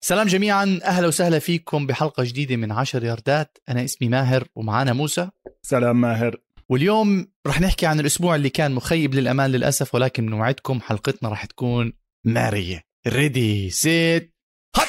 سلام جميعا، أهلا وسهلا فيكم بحلقة جديدة من 10 ياردات. أنا اسمي ماهر ومعانا موسى. سلام ماهر. واليوم رح نحكي عن الأسبوع اللي كان مخيب للأمان للأسف، ولكن نوعدكم حلقتنا رح تكون نارية. ريدي سيت هات.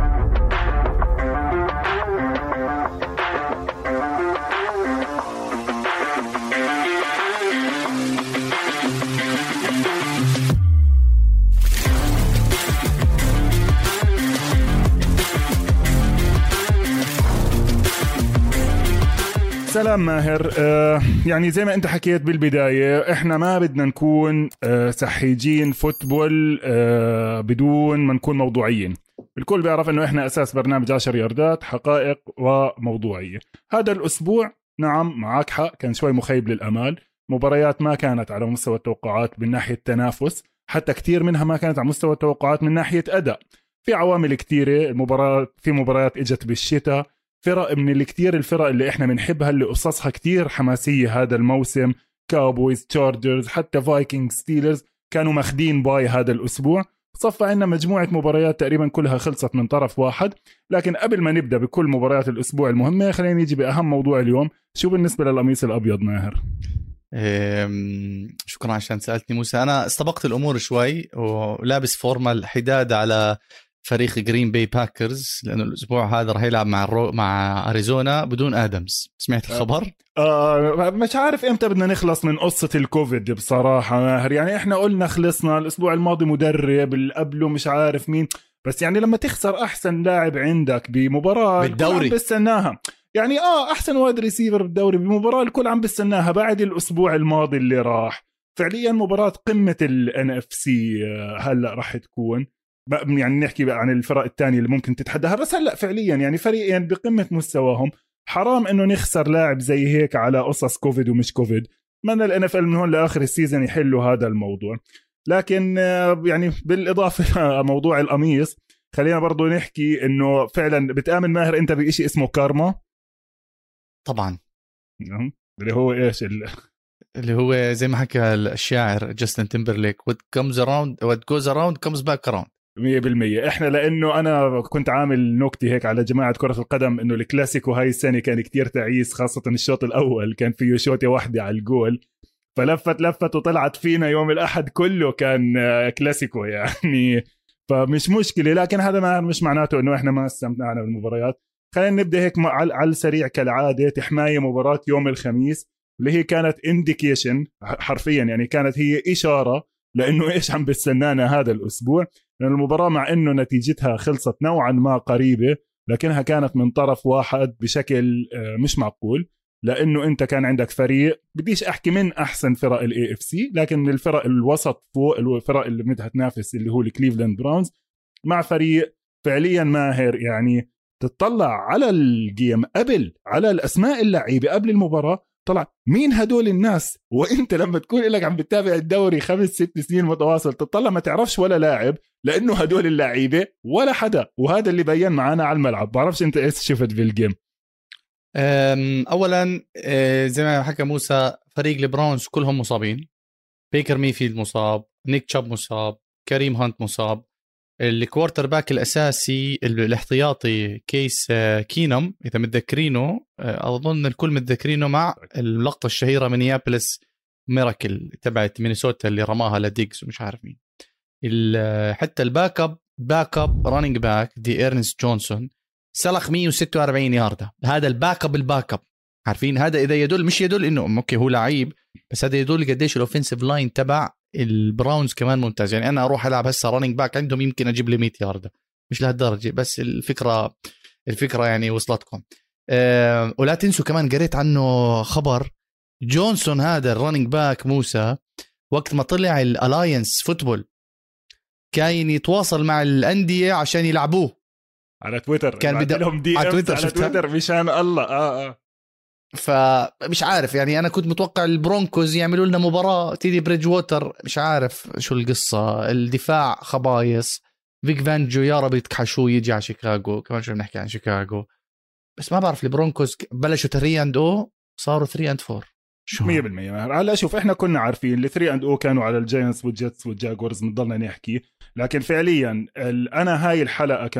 سلام ماهر. يعني زي ما انت حكيت بالبداية، احنا ما بدنا نكون سحيجين فوتبول بدون ما نكون موضوعيين. الكل بيعرف انه احنا اساس برنامج 10 ياردات حقائق وموضوعية. هذا الاسبوع نعم معك حق، كان شوي مخيب للامال. مباريات ما كانت على مستوى التوقعات من ناحية تنافس، حتى كتير منها ما كانت على مستوى التوقعات من ناحية اداء. في عوامل كتيرة، في مباريات اجت بالشتاء، فرق من الفرق اللي احنا بنحبها اللي قصصها كتير حماسية هذا الموسم، كاوبويز، تشارجرز، حتى فايكنج، ستيلرز كانوا ماخدين باي هذا الأسبوع. صفى عنا مجموعة مباريات تقريبا كلها خلصت من طرف واحد. لكن قبل ما نبدأ بكل مباريات الأسبوع المهمة، خلينا نيجي بأهم موضوع اليوم. شو بالنسبة للقميص الأبيض ماهر؟ شكرا عشان سألتني موسى. أنا استبقت الأمور شوي ولابس فورمال حداد على فريق جرين باي باكرز، لأنه الأسبوع هذا راح يلعب مع أريزونا بدون آدمز. سمعت الخبر؟ مش عارف إمتى بدنا نخلص من قصة الكوفيد بصراحة ماهر. يعني إحنا قلنا خلصنا الأسبوع الماضي مدرب، اللي قبله مش عارف مين، بس يعني لما تخسر أحسن لاعب عندك بمباراة بالدوري بستناها، يعني أحسن وايد ريسيفر بالدوري بمباراة الكل عم بستناها بعد الأسبوع الماضي اللي راح. فعليا مباراة قمة ال NFC هلأ راح تكون، يعني نحكي بقى عن الفرق الثانية اللي ممكن تتحداها، بس هلأ فعليا يعني فريقين بقمة مستواهم. حرام انه نخسر لاعب زي هيك على قصص كوفيد ومش كوفيد. من NFL من هون لآخر السيزن يحلوا هذا الموضوع. لكن يعني بالإضافة لموضوع القميص، خلينا برضو نحكي انه فعلا بتآمن ماهر انت بإشي اسمه كارما؟ طبعا. اللي هو ايش اللي هو زي ما حكى الشاعر جاستن تيمبرليك: what goes around comes back around. 100%. احنا لانه انا كنت عامل نكتة هيك على جماعة كرة القدم انه الكلاسيكو هاي السنة كان كتير تعيس، خاصة الشوط الاول كان فيه شوطة واحدة على الجول، فلفت وطلعت فينا يوم الاحد كله كان كلاسيكو يعني. فمش مشكلة، لكن هذا مش معناته انه احنا ما استمتعنا بالمباريات. خلينا نبدأ هيك على السريع كالعادة. تحماية مباراة يوم الخميس اللي هي كانت انديكيشن حرفيا، يعني كانت هي إشارة لأنه إيش عم بستنانا هذا الأسبوع. لأن المباراة مع أنه نتيجتها خلصت نوعا ما قريبة، لكنها كانت من طرف واحد بشكل مش معقول. لأنه أنت كان عندك فريق، بديش أحكي من أحسن فرق ال AFC، لكن من الفرق الوسط فوق الفرق اللي بدها تنافس اللي هو الكليفلاند براونز، مع فريق فعليا ماهر. يعني تطلع على الجيم قبل، على الأسماء اللعيبة قبل المباراة، طلع مين هدول الناس؟ وانت لما تكون لك عم بتتابع الدوري 5-6 سنين متواصل تطلع ما تعرفش ولا لاعب، لانه هدول اللعيبه ولا حدا. وهذا اللي بين معنا على الملعب. بعرفش انت ايش شفت بالجيم؟ اولا زي ما حكى موسى، فريق البراونز كلهم مصابين. بيكر ميفيلد مصاب، نيك تشاب مصاب، كريم هانت مصاب. الكوارتر باك الأساسي الاحتياطي كيس كينوم، إذا متذكرينه، أظن الكل متذكرينه مع اللقطة الشهيرة مينيابوليس ميراكل تبعت مينيسوتا اللي رماها لديكس ومش عارف مين. حتى باك اب رانينج باك دي إيرنست جونسون سلخ 146 ياردة. هذا الباك اب عارفين هذا إذا يدل، مش يدل إنه أوكي هو لعيب، بس هذا يدل قديش الأوفنسيف لاين تبع البراونز كمان ممتاز. يعني أنا أروح ألعب هسه رانينج باك عندهم يمكن أجيب لي 100 ياردة، مش لهالدرجة، بس الفكرة يعني وصلتكم. ولا تنسوا كمان قريت عنه خبر، جونسون هذا الرانينج باك موسى وقت ما طلع الألاينس فوتبول كان يتواصل مع الأندية عشان يلعبوه على تويتر. كان لهم دي على تويتر مشان الله. فمش عارف يعني، أنا كنت متوقع البرونكوز يعملوا لنا مباراة تيدي بريدج ووتر، مش عارف شو القصة. الدفاع خبايص، فيك فانجو يا رب يتكحشوه يجي على شيكاغو. كمان شو بنحكي عن شيكاغو، بس ما بعرف البرونكوز بلشوا 3-0 صاروا 3-4. 100%. هلا شوف، احنا كنا عارفين ال3-0 كانوا على الجاينتس والجيتس والجاكورز، بنضلنا نحكي. لكن فعليا انا هاي الحلقة كمان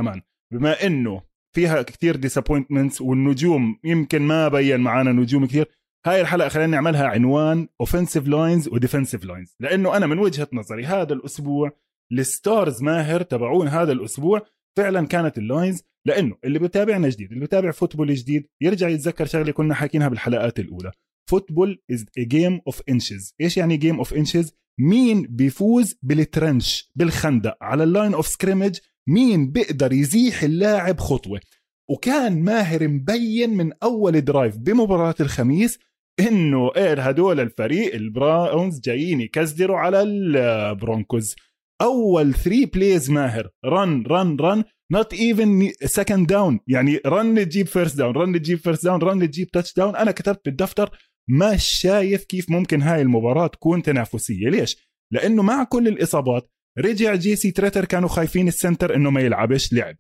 بما انه فيها كتير ديسابوينتمنتس والنجوم يمكن ما بين معانا نجوم كتير، هاي الحلقة خلينا نعملها عنوان اوفنسيف لاينز وديفنسيف لاينز، لانه انا من وجهة نظري هذا الاسبوع الستارز ماهر تبعون هذا الاسبوع فعلا كانت اللاينز. لانه اللي بتابعنا جديد، اللي بتابع فوتبول جديد، يرجع يتذكر شغله كنا حاكينها بالحلقات الاولى، فوتبول از ا جيم اوف انشز. ايش يعني جيم اوف انشز؟ مين بيفوز بالترنش بالخندق على اللاين اوف سكريمج، مين بيقدر يزيح اللاعب خطوه. وكان ماهر مبين من اول درايف بمباراه الخميس انه هدول الفريق البراونز جايين يكسدروا على البرونكوز. اول 3 بلايز ماهر رن رن رن not even second down، يعني رن تجيب فيرست داون، رن تجيب فيرست داون، رن تجيب تاتش داون. انا كتبت بالدفتر ما شايف كيف ممكن هاي المباراة تكون تنافسية. ليش؟ لانه مع كل الاصابات رجع جيسي تريتر، كانوا خايفين السنتر انه ما يلعبش، لعب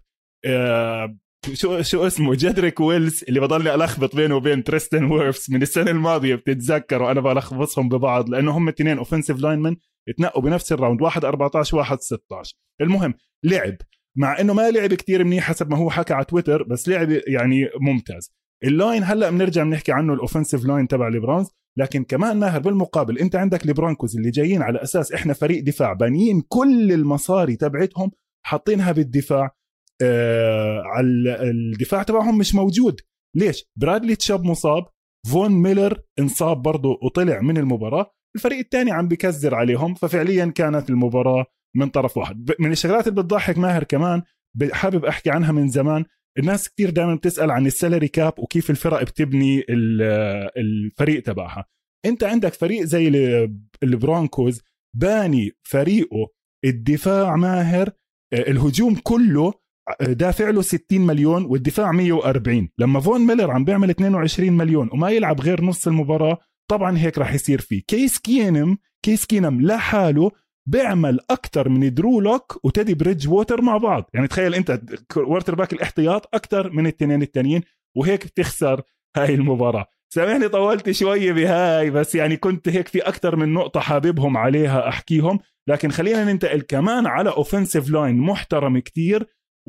شو اسمه جدريك ويلز اللي بضلني ألخبط بينه وبين تريستن ويرفس من السنة الماضية، بتتذكروا أنا بلخبطهم ببعض لأنه هم الاثنين أوفنسيف لاينمن اتنقوا بنفس الراوند، واحد 14 واحد 16. المهم لعب، مع انه ما لعب كتير منيح حسب ما هو حكى على تويتر، بس لعب يعني ممتاز. اللاين هلا بنرجع بنحكي عنه الاوفنسيف لاين تبع البراونز، لكن كمان ماهر بالمقابل انت عندك البرونكوز اللي جايين على اساس احنا فريق دفاع، بانيين كل المصاري تبعتهم حاطينها بالدفاع. على الدفاع تبعهم مش موجود. ليش؟ برادلي تشاب مصاب، فون ميلر انصاب برضه وطلع من المباراة، الفريق الثاني عم بيكزر عليهم، ففعليا كانت المباراة من طرف واحد. من الشغلات اللي بتضحك ماهر كمان حابب احكي عنها من زمان، الناس كتير دائما بتسأل عن السالري كاب وكيف الفرق بتبني الفريق تبعها. انت عندك فريق زي البرونكوز باني فريقه الدفاع ماهر، الهجوم كله دافع له 60 مليون والدفاع 140. لما فون ميلر عم بيعمل 22 مليون وما يلعب غير نص المباراة، طبعا هيك راح يصير فيه. كيس كينم لحاله بيعمل أكتر من درو لوك وتيدي بريدج ووتر مع بعض. يعني تخيل أنت كوارتر باك الاحتياط أكتر من الاثنين التانيين، وهيك بتخسر هاي المباراة. سامحني طولت شوية بهاي، بس يعني كنت هيك في أكتر من نقطة حاببهم عليها أحكيهم. لكن خلينا ننتقل كمان على أوفنسيف لاين محترم كتير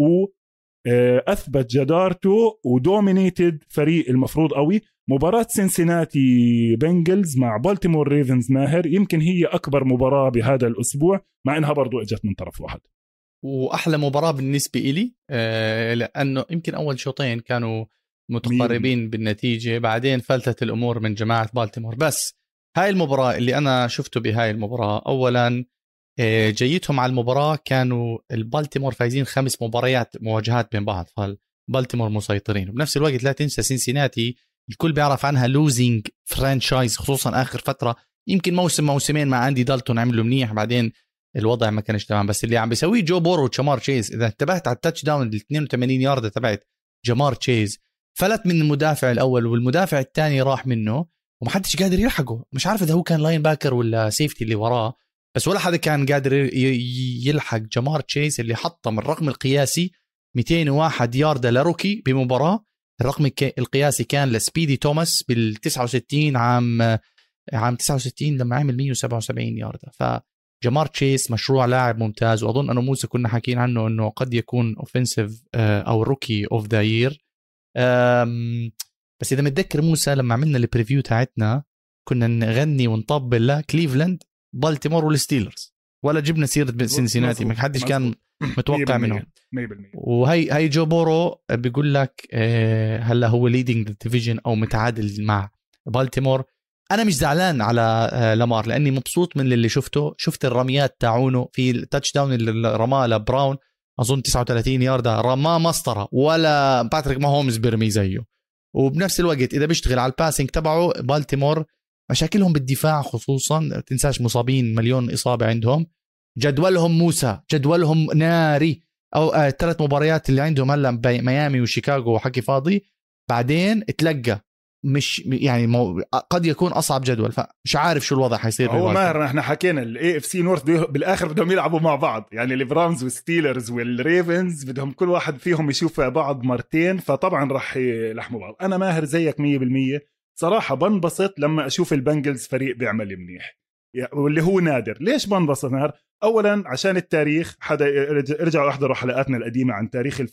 وأثبت جدارته ودومينيتد فريق المفروض قوي. مباراة سينسيناتي بنجلز مع بالتيمور ريفنز ماهر يمكن هي أكبر مباراة بهذا الأسبوع، مع إنها برضو إجت من طرف واحد، وأحلى مباراة بالنسبة إلي لأنه يمكن أول شوطين كانوا متقاربين بالنتيجة، بعدين فلتت الأمور من جماعة بالتيمور. بس هاي المباراة اللي أنا شفته بهاي المباراة، أولا جيتهم على المباراة كانوا البالتيمور فايزين 5 مباريات مواجهات بين بعض، فالبالتيمور مسيطرين. وبنفس الوقت لا تنسى سينسيناتي الكل بيعرف عنها لوزينج فرانشايز، خصوصا آخر فترة، يمكن موسمين مع أندي دالتون عملوا منيح، بعدين الوضع ما كانش تمام. بس اللي عم بيسويه جو بورو وشمار تشيز، إذا انتبهت على التاتش داون ال 82 ياردة تبعت جمار تشيز، فلت من المدافع الأول والمدافع الثاني راح منه ومحدش قادر يلحقه. مش عارف إذا هو كان لاين باكر ولا سيفتي اللي وراه، بس ولا حدا كان قادر يلحق جمار تشيز اللي حطم الرقم القياسي 201 ياردة لروكي بمباراة. الرقم القياسي كان لسبيدي توماس بال69 عام 69 لما عمل 177 ياردة. فجمار تشيز مشروع لاعب ممتاز، وأظن أنه موسى كنا حاكين عنه أنه قد يكون أوفنسيف أو روكي أوف ذا يير. بس إذا متذكر موسى لما عملنا البريفيو تاعتنا كنا نغني ونطبل لا كليفلاند بالتيمور والستيلرز، ولا جبنا سيرة سينسيناتي، ما حدش كان متوقع منهم. وهي جو بورو بيقول لك هلا هو ليدينج ديفيجن او متعادل مع بالتيمور. انا مش زعلان على لامار لاني مبسوط من اللي شفته. شفت الرميات تاعونه في التاتش داون اللي رماه لبراون، اظن 39 ياردة، رماه مسطره ولا باتريك ماهومز بيرمي زيه. وبنفس الوقت اذا بيشتغل على الباسنج تبعه، بالتيمور مشاكلهم بالدفاع خصوصا، تنساش مصابين، مليون إصابة عندهم. جدولهم موسى جدولهم ناري، أو 3 مباريات اللي عندهم هلا ميامي وشيكاغو وحكي فاضي، بعدين اتلقى مش يعني قد يكون أصعب جدول، فمش عارف شو الوضع حيصير. هو ماهر احنا حكينا الاي اف سي نورث بالآخر بدهم يلعبوا مع بعض، يعني البرامز والستيلرز والريفنز بدهم كل واحد فيهم يشوف بعض مرتين، فطبعا راح يلحموا بعض. أنا ماهر زيك 100% صراحة بنبسط لما أشوف البنجلز فريق بيعمل منيح، واللي هو نادر. ليش بنبسط نهار؟ أولا عشان التاريخ، حدا ارجعوا احضروا حلقاتنا القديمة عن تاريخ الفرق،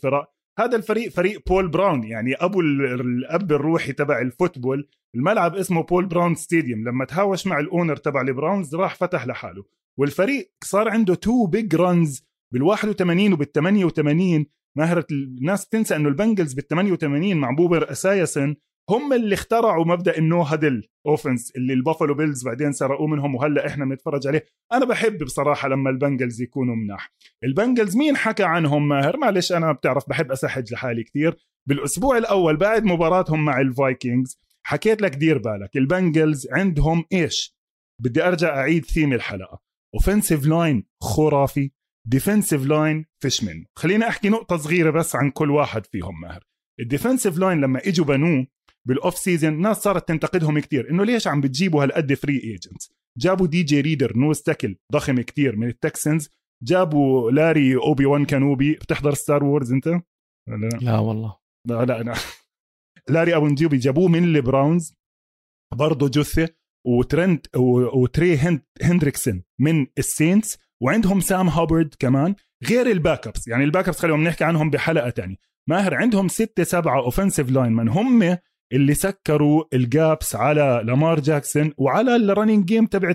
هذا الفريق فريق بول براون، يعني ابو الاب الروحي تبع الفوتبول. الملعب اسمه بول براون ستاديوم. لما تهاوش مع الاونر تبع البراونز راح فتح لحاله، والفريق صار عنده 2 بيج رانز بال81 وبال88. ماهر الناس تنسى انه البنجلز بال88 مع بوبر اسايسن هم اللي اخترعوا مبدا النو هدل اوفنس اللي البافلو بيلز بعدين سرقوه منهم، وهلا احنا بنتفرج عليه. انا بحب بصراحه لما البنجلز يكونوا مناح. البنجلز مين حكى عنهم ماهر؟ معلش انا بتعرف بحب اسحج لحالي كتير. بالاسبوع الاول بعد مباراتهم مع الفايكنجز حكيت لك دير بالك البنجلز عندهم ايش. بدي ارجع اعيد ثيم الحلقه. اوفنسيف لاين خرافي، ديفنسيف لاين فيش منه. خلينا احكي نقطه صغيره بس عن كل واحد فيهم ماهر. الديفنسيف لاين لما اجوا بنوه بالاوف سيزون ناس صارت تنتقدهم كتير انه ليش عم بتجيبوا هالقد فري ايجنتس. جابوا دي جي ريدر نوز تاكل ضخم كتير من التكسنز، جابوا لاري اوبي وان كانوبي. بتحضر ستار وورز انت؟ لا والله لا انا لاري ابو نجوبي جابوه من البراونز برضه جثه، وترنت وتري هندريكسون من السينتس، وعندهم سام هابرد كمان غير الباك ابس. يعني الباك ابس خلينا نحكي عنهم بحلقه تانية. ماهر عندهم 6-7 اوفنسيف لاين من هم اللي سكروا الجابس على لامار جاكسون وعلى الرننج جيم تبعت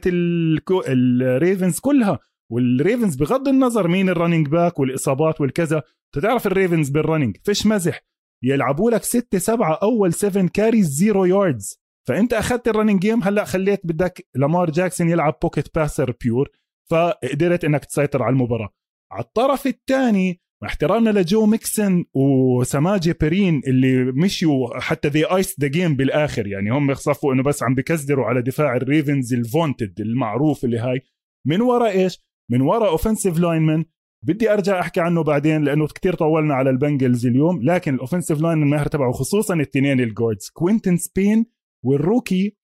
الريفنز كلها. والريفنز بغض النظر مين الرننج باك والاصابات والكذا، تعرف الريفنز بالرننج فيش مزح يلعبوا لك 6-7 اول 7 كاريز 0 ياردز. فانت اخذت الرننج جيم، هلا خليت بدك لامار جاكسون يلعب بوكيت باسر بيور، فقدرت انك تسيطر على المباراه. على الطرف الثاني مع احترامنا لجو ميكسن وسماجي بيرين اللي مشيوا حتى ذي ايس ذا جيم بالاخر، يعني هم يخصفوا انه بس عم بكسدروا على دفاع الريفنز الفونتد المعروف اللي هاي. من وراء ايش؟ من وراء اوفنسيف لاينمن بدي ارجع احكي عنه بعدين لانه كتير طولنا على البنجلز اليوم. لكن الاوفنسيف لاين الماهر تبعه خصوصا الاثنين الجاردز كوينتن سبين والروكي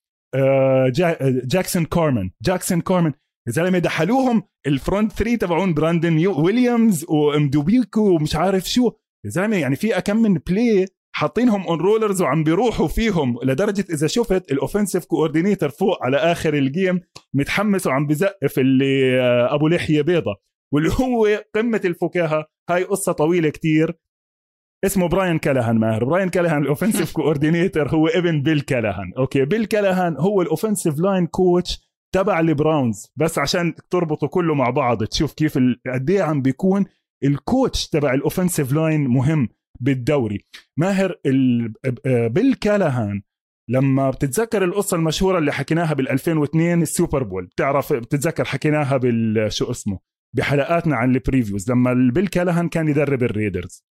جاكسون كارمان يا زلمه دحلوهم الفرونت 3 تبعون براندن ويليامز ومدوبيكو ومش عارف شو. يا زلمه يعني في اكم من بلاي حاطينهم اون رولرز وعم بيروحوا فيهم، لدرجه اذا شفت الاوفنسيف كوردينيتور فوق على اخر الجيم متحمس وعم بزقف اللي ابو لحيه بيضه، واللي هو قمه الفكاهه. هاي قصه طويله كتير. اسمه براين كالهان ماهر. براين كالهان الاوفنسيف كوردينيتور هو ابن بيل كالهان. اوكي بيل كالهان هو الاوفنسيف لاين كوتش تبع البراونز، بس عشان تربطوا كله مع بعض تشوف كيف قد ايه عم بيكون الكوتش تبع الاوفنسيف لاين مهم بالدوري. ماهر بيل كالهان لما بتتذكر القصه المشهوره اللي حكيناها بال2002 السوبر بول، بتعرف بتتذكر حكيناها بالشو اسمه بحلقاتنا عن البريفيوز لما بيل كالهان كان يدرب الريدرز.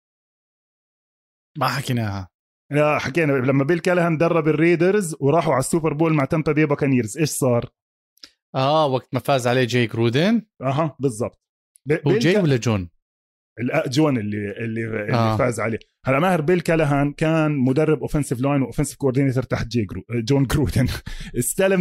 ما حكيناها. لا حكينا لما بيل كالهان درب الريدرز وراحوا على السوبر بول مع تامبا بي باكانيرز ايش صار؟ وقت ما فاز عليه جاي جرودن. بالضبط. هو جاي ولا جون؟ جون اللي فاز عليه. هلا ماهر بيل كالهان كان مدرب اوفنسيف لاين واوفنسيف كوردينيتور تحت جون جرودن. استلم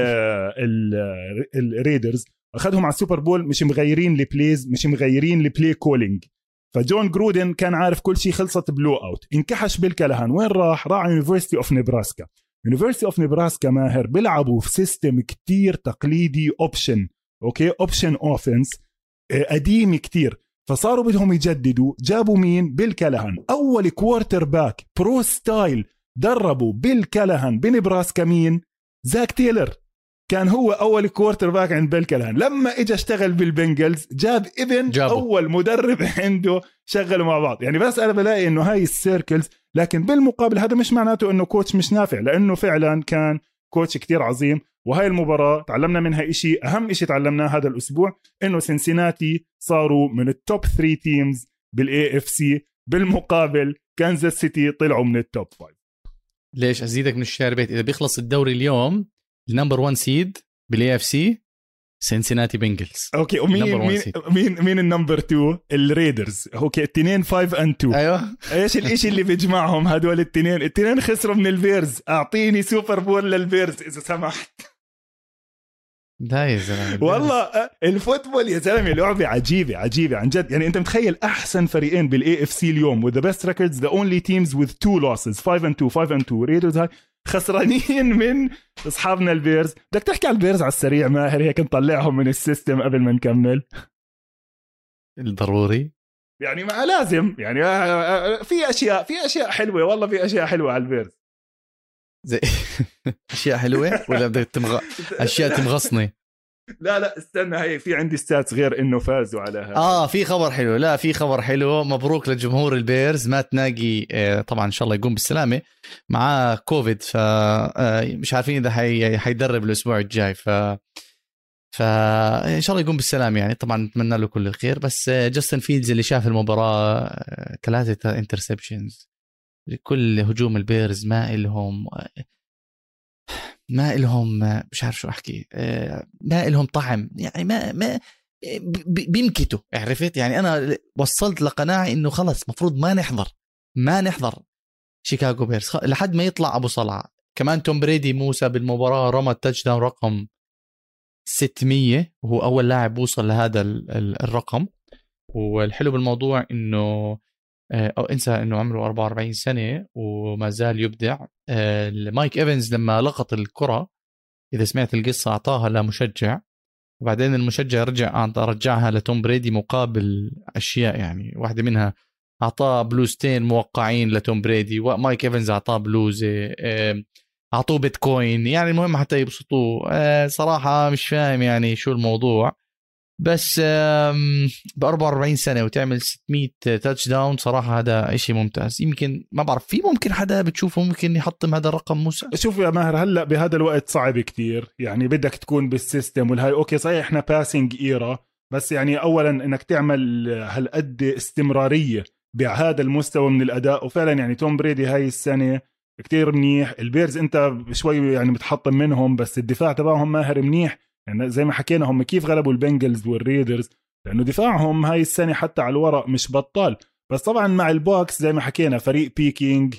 الريدرز اخذهم على السوبر بول مش مغيرين البلايز، مش مغيرين البلاي كولينج. فجون جرودن كان عارف كل شيء، خلصت بلو اوت. انكحش بيل كالهان وين راح على يونيفرسيتي اوف نيبراسكا. يونيفرسيتي اوف نيبراسكا ماهر بيلعبوا في سيستم كتير تقليدي اوبشن، اوكي اوبشن اوفنس قديم كتير. فصاروا بدهم يجددوا، جابوا مين؟ بيل كالهان. اول كوارتر باك برو ستايل دربوا بيل كالهان بنيبراسكا مين؟ زاك تيلر. كان هو اول كوارتر باك عند بيل كالهان. لما اجى اشتغل بالبنجلز جاب اول مدرب عنده شغلوا مع بعض. يعني بس انا بلاقي انه هاي السيركلز، لكن بالمقابل هذا مش معناته انه كوتش مش نافع، لانه فعلا كان كوتش كتير عظيم. وهاي المباراة تعلمنا منها إشي، أهم إشي تعلمناه هذا الأسبوع إنه سنسيناتي صاروا من التوب 3 تيمز بالAFC. بالمقابل كانزاس سيتي طلعوا من التوب 5. ليش أزيدك من الشعر بيت؟ إذا بيخلص الدوري اليوم النمبر 1 سيد بالAFC سنسيناتي بنجلز. اوكي ومين النمبر 2؟ الريدرز. اوكي التنين 5-2. ايوه ايش الاشي اللي بيجمعهم هدول التنين خسروا من البيرز. اعطيني سوبر بول للبيرز اذا سمحت. لا يا زلمه والله الفوتبول يا زلمه لعبه عجيبه عن جد. يعني انت متخيل احسن فريقين بالAFC اليوم with the best records, the only teams with 2 losses 5-2 ريدرز هاي خسرانين من اصحابنا البيرز. بدك تحكي على البيرز على السريع ماهر هيك نطلعهم من السيستم قبل ما نكمل؟ الضروري يعني ما لازم يعني في اشياء حلوه والله، في اشياء حلوه على البيرز زي اشياء حلوه ولا بدك اشياء تمغصني؟ لا استنى، هي في عندي ستاتس غير انه فازوا على هذا. في خبر حلو، لا في خبر حلو، مبروك لجمهور البيرز. مات ناجي طبعا ان شاء الله يقوم بالسلامه، مع كوفيد، ف مش عارفين اذا حيدرب الاسبوع الجاي، فان شاء الله يقوم بالسلامه يعني. طبعا نتمنى له كل الخير. بس جاستن فيلدز اللي شاف المباراه 3 انترسبشنز، كل هجوم البيرز ما إلهم مش عارف شو أحكي، ما إلهم طعم يعني، ما بيمكتوا، عرفت يعني. أنا وصلت لقناعة إنه خلص مفروض ما نحضر شيكاغو بيرز لحد ما يطلع أبو صلعة. كمان توم بريدي موسى بالمباراة رمى التاتش داون رقم 600، وهو أول لاعب وصل لهذا الرقم. والحلو بالموضوع إنه أو انسى انه عمره 44 سنة وما زال يبدع. مايك إيفنز لما لقط الكرة، اذا سمعت القصة، اعطاها لمشجع، وبعدين المشجع رجعها لتوم بريدي مقابل اشياء، يعني واحدة منها اعطاه بلوزتين موقعين لتوم بريدي، ومايك إيفنز اعطاه بلوزة، اعطوه بيتكوين، يعني المهم حتى يبسطوه. صراحة مش فاهم يعني شو الموضوع، بس ب 44 سنة وتعمل 600 تاتش داون، صراحة هذا إشي ممتاز. يمكن ما بعرف، في ممكن حدا بتشوفه ممكن يحطم هذا الرقم موسى؟ شوف يا ماهر، هلأ بهذا الوقت صعب كتير يعني، بدك تكون بالسيستم والهاي. أوكي صحيح إحنا باسنج إيرا، بس يعني أولا إنك تعمل هالقد استمرارية بهذا المستوى من الأداء. وفعلا يعني توم بريدي هاي السنة كتير منيح. البيرز أنت شوي يعني متحطم منهم، بس الدفاع تبعهم ماهر منيح يعني. زي ما حكينا هم كيف غلبوا البنجلز والريدرز، لأنه دفاعهم هاي السنة حتى على الورق مش بطال. بس طبعا مع البوكس زي ما حكينا فريق بيكينج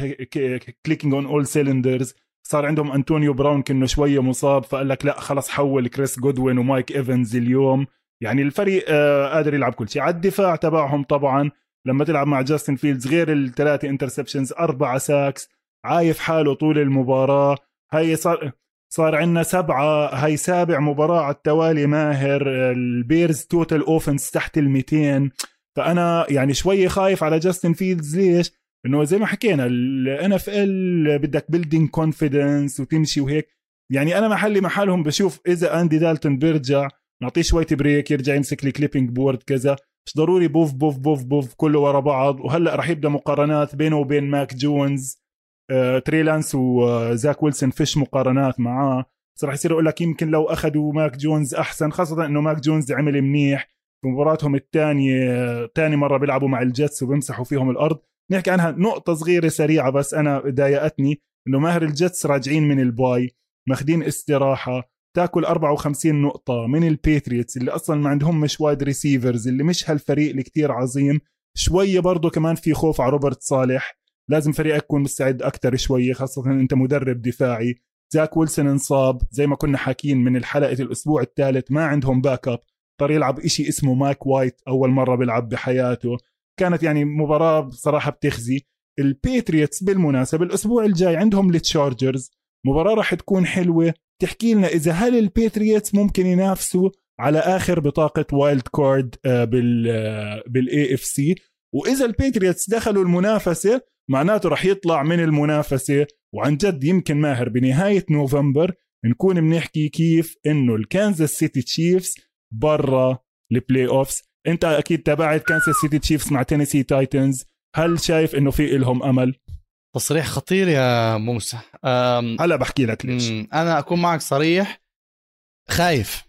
كليكينج اون اول سيلندرز، صار عندهم أنطونيو براون كأنه شوية مصاب، فقال لك لا خلص حول كريس جودوين ومايك إيفنز اليوم. يعني الفريق قادر يلعب كل شيء. على الدفاع تبعهم طبعا لما تلعب مع جاستن فيلدز، غير ال3 انترسبشنز 4 ساكس، عايف حاله طول المباراة. هاي صار عندنا 7، هاي 7 مباراة على التوالي ماهر. البيرز توتال اوفنس تحت 200. فأنا يعني شوية خايف على جاستن فيلدز. ليش؟ إنه زي ما حكينا ال NFL بدك بيلدينج كونفيدنس وتمشي وهيك. يعني أنا محلهم بشوف إذا أندي دالتون بيرجع نعطيه شوية بريك، يرجع يمسك لي كليبينج بورد كذا، مش ضروري بوف بوف بوف بوف كله ورا بعض. وهلأ رح يبدأ مقارنات بينه وبين ماك جونز. تري لانس وزاك ويلسون فيش مقارنات معاه، راح يصير يقول لك يمكن لو أخذوا ماك جونز أحسن، خاصة إنه ماك جونز عمل منيح في مباراتهم الثانية. تاني مرة بيلعبوا مع الجيتس وبيمسحوا فيهم الأرض. نحكي عنها نقطة صغيرة سريعة بس أنا ضايقتني، إنه ماهر الجيتس راجعين من الباي ماخدين استراحة، تاكل 54 نقطة من البيتريتس اللي أصلا ما عندهم مش وايد ريسيفرز، اللي مش هالفريق اللي كتير عظيم. شوية برضو كمان في خوف على روبرت صالح، لازم فريقك يكون مستعد أكتر شوية، خاصة أنت مدرب دفاعي. زاك ويلسون انصاب زي ما كنا حاكين من الحلقة الأسبوع الثالث، ما عندهم باك اب، اضطر يلعب إشي اسمه مايك وايت، أول مرة بيلعب بحياته. كانت يعني مباراة بصراحة بتخزي. البيتريتس بالمناسبة الأسبوع الجاي عندهم التشارجرز، مباراة راح تكون حلوة. تحكي لنا إذا هل البيتريتس ممكن ينافسوا على آخر بطاقة وايلد كارد بالAFC، وإذا البيتريتس دخلوا المنافسة معناته رح يطلع من المنافسة. وعن جد يمكن ماهر بنهاية نوفمبر نكون بنحكي كيف إنه الكانزاس سيتي تشيفز برا البلاي أوفس. أنت أكيد تابعت كانزاس سيتي تشيفز مع تينيسي تايتنز، هل شايف إنه في إلهم أمل؟ تصريح خطير يا موسى. هلا بحكي لك ليش. أنا أكون معك صريح، خايف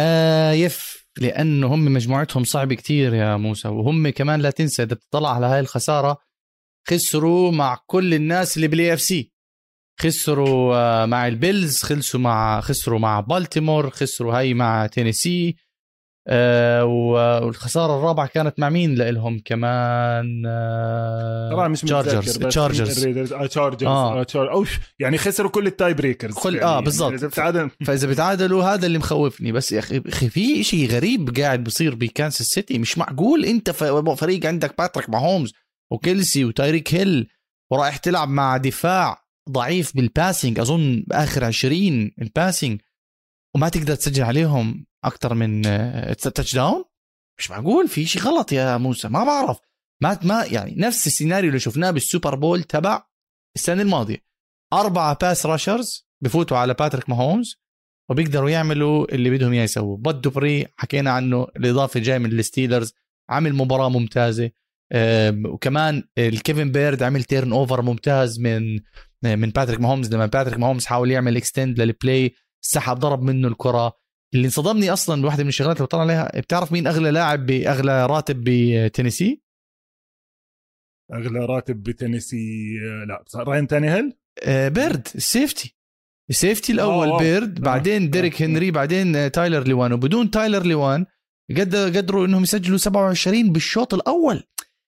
لأنه هم مجموعتهم صعبة كتير يا موسى، وهم كمان لا تنسى إذا بتطلع على هاي الخسارة خسروا مع كل الناس اللي بالAFC، خسروا مع البيلز، خسروا مع بالتيمور، خسروا هاي مع تينيسي، والخسارة الرابعة كانت مع مين لهم كمان؟ طبعا مش تشارجرز. يعني خسروا كل التاي بريكرز يعني بالضبط. فإذا بتعادلوا هذا اللي مخوفني. بس يا أخي في شيء غريب قاعد بصير بكانساس سيتي، مش معقول أنت فريق عندك باتريك ماهومز وكيلسي وتايريك هيل، ورايح تلعب مع دفاع ضعيف بالباسنج، أظن آخر 20 الباسنج، وما تقدر تسجل عليهم أكتر من تاتش داون. مش معقول في شيء غلط يا موسى. ما بعرف ما يعني نفس السيناريو اللي شفناه بالسوبر بول تبع السنة الماضية. 4 باس راشرز بفوتوا على باتريك ماهومز وبيقدروا يعملوا اللي بدهم اياه يسووا. بود دوبري حكينا عنه، الإضافة جاي من الستيلرز، عمل مباراة ممتازة. وكمان الكيفن بيرد عمل تيرن اوفر ممتاز من باتريك ماهومز. لما باتريك ماهومز حاول يعمل اكستند للبلاي سحب ضرب منه الكرة. اللي انصدمني اصلا بواحدة من الشغلات اللي بطلع عليها، بتعرف مين اغلى لاعب باغلى راتب بتينيسي؟ اغلى راتب بتينيسي لا راين تانيهل. بيرد السيفتي الاول. بيرد بعدين ديريك هنري بعدين تايلر ليوان. وبدون تايلر ليوان قدروا انهم يسجلوا 27 بالشوط الاول.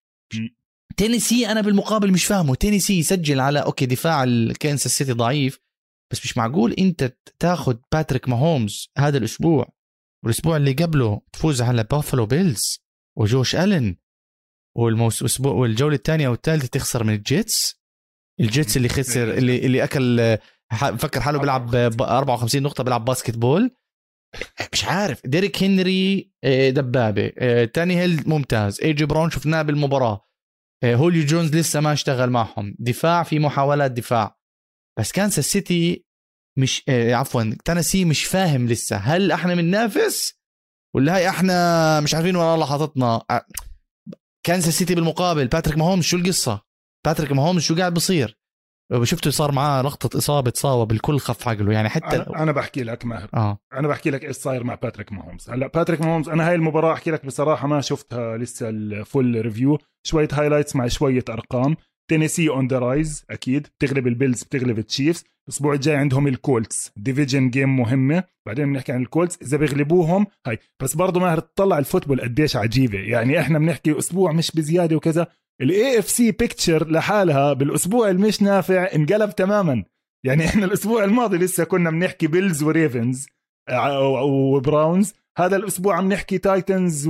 تينيسي انا بالمقابل مش فاهمه. تينيسي يسجل على اوكي دفاع الكنساس سيتي ضعيف، بس مش معقول انت تاخد باتريك ماهومز هذا الاسبوع والاسبوع اللي قبله تفوز على بافلو بيلز وجوش ألين، والاسبوع والجوله الثانيه والثالثه تخسر من الجيتس اللي خسر اللي اكل فكر حاله بيلعب 54 نقطه بيلعب باسكت بول. مش عارف. ديريك هنري دبابه، تاني هيل ممتاز، اي جي براون شفناه بالمباراه، هوليو جونز لسه ما اشتغل معهم، دفاع في محاولات دفاع. بس كانساس سيتي مش عفوا تينيسي مش فاهم لسه هل احنا بننافس ولا هاي احنا مش عارفين ولا الله حاططنا. كانساس سيتي بالمقابل باتريك ماهومز شو القصه؟ باتريك ماهومز شو قاعد بصير؟ شفته صار معاه لقطه اصابه صاوه بالكل خف عقله يعني. حتى انا بحكي لك ماهر انا بحكي لك ايش صاير مع باتريك ماهومز. هلا باتريك ماهومز انا هاي المباراه احكي لك بصراحه ما شفتها لسه الفول ريفيو، شويه هايلايتس مع شويه ارقام. تينيسي اون ذا رايز، اكيد بتغلب البيلز بتغلب التشيفز. الاسبوع الجاي عندهم الكولتس ديفيجن جيم مهمه، بعدين بنحكي عن الكولتس اذا بيغلبوهم هاي. بس برضه ماهر تطلع الفوتبول قديش عجيبه يعني. احنا بنحكي اسبوع مش بزياده وكذا، الاي اف سي بيكتشر لحالها بالاسبوع المش نافع انقلب تماما. يعني احنا الاسبوع الماضي لسه كنا بنحكي بيلز وريفنز وبراونز، هذا الاسبوع عم نحكي تايتنز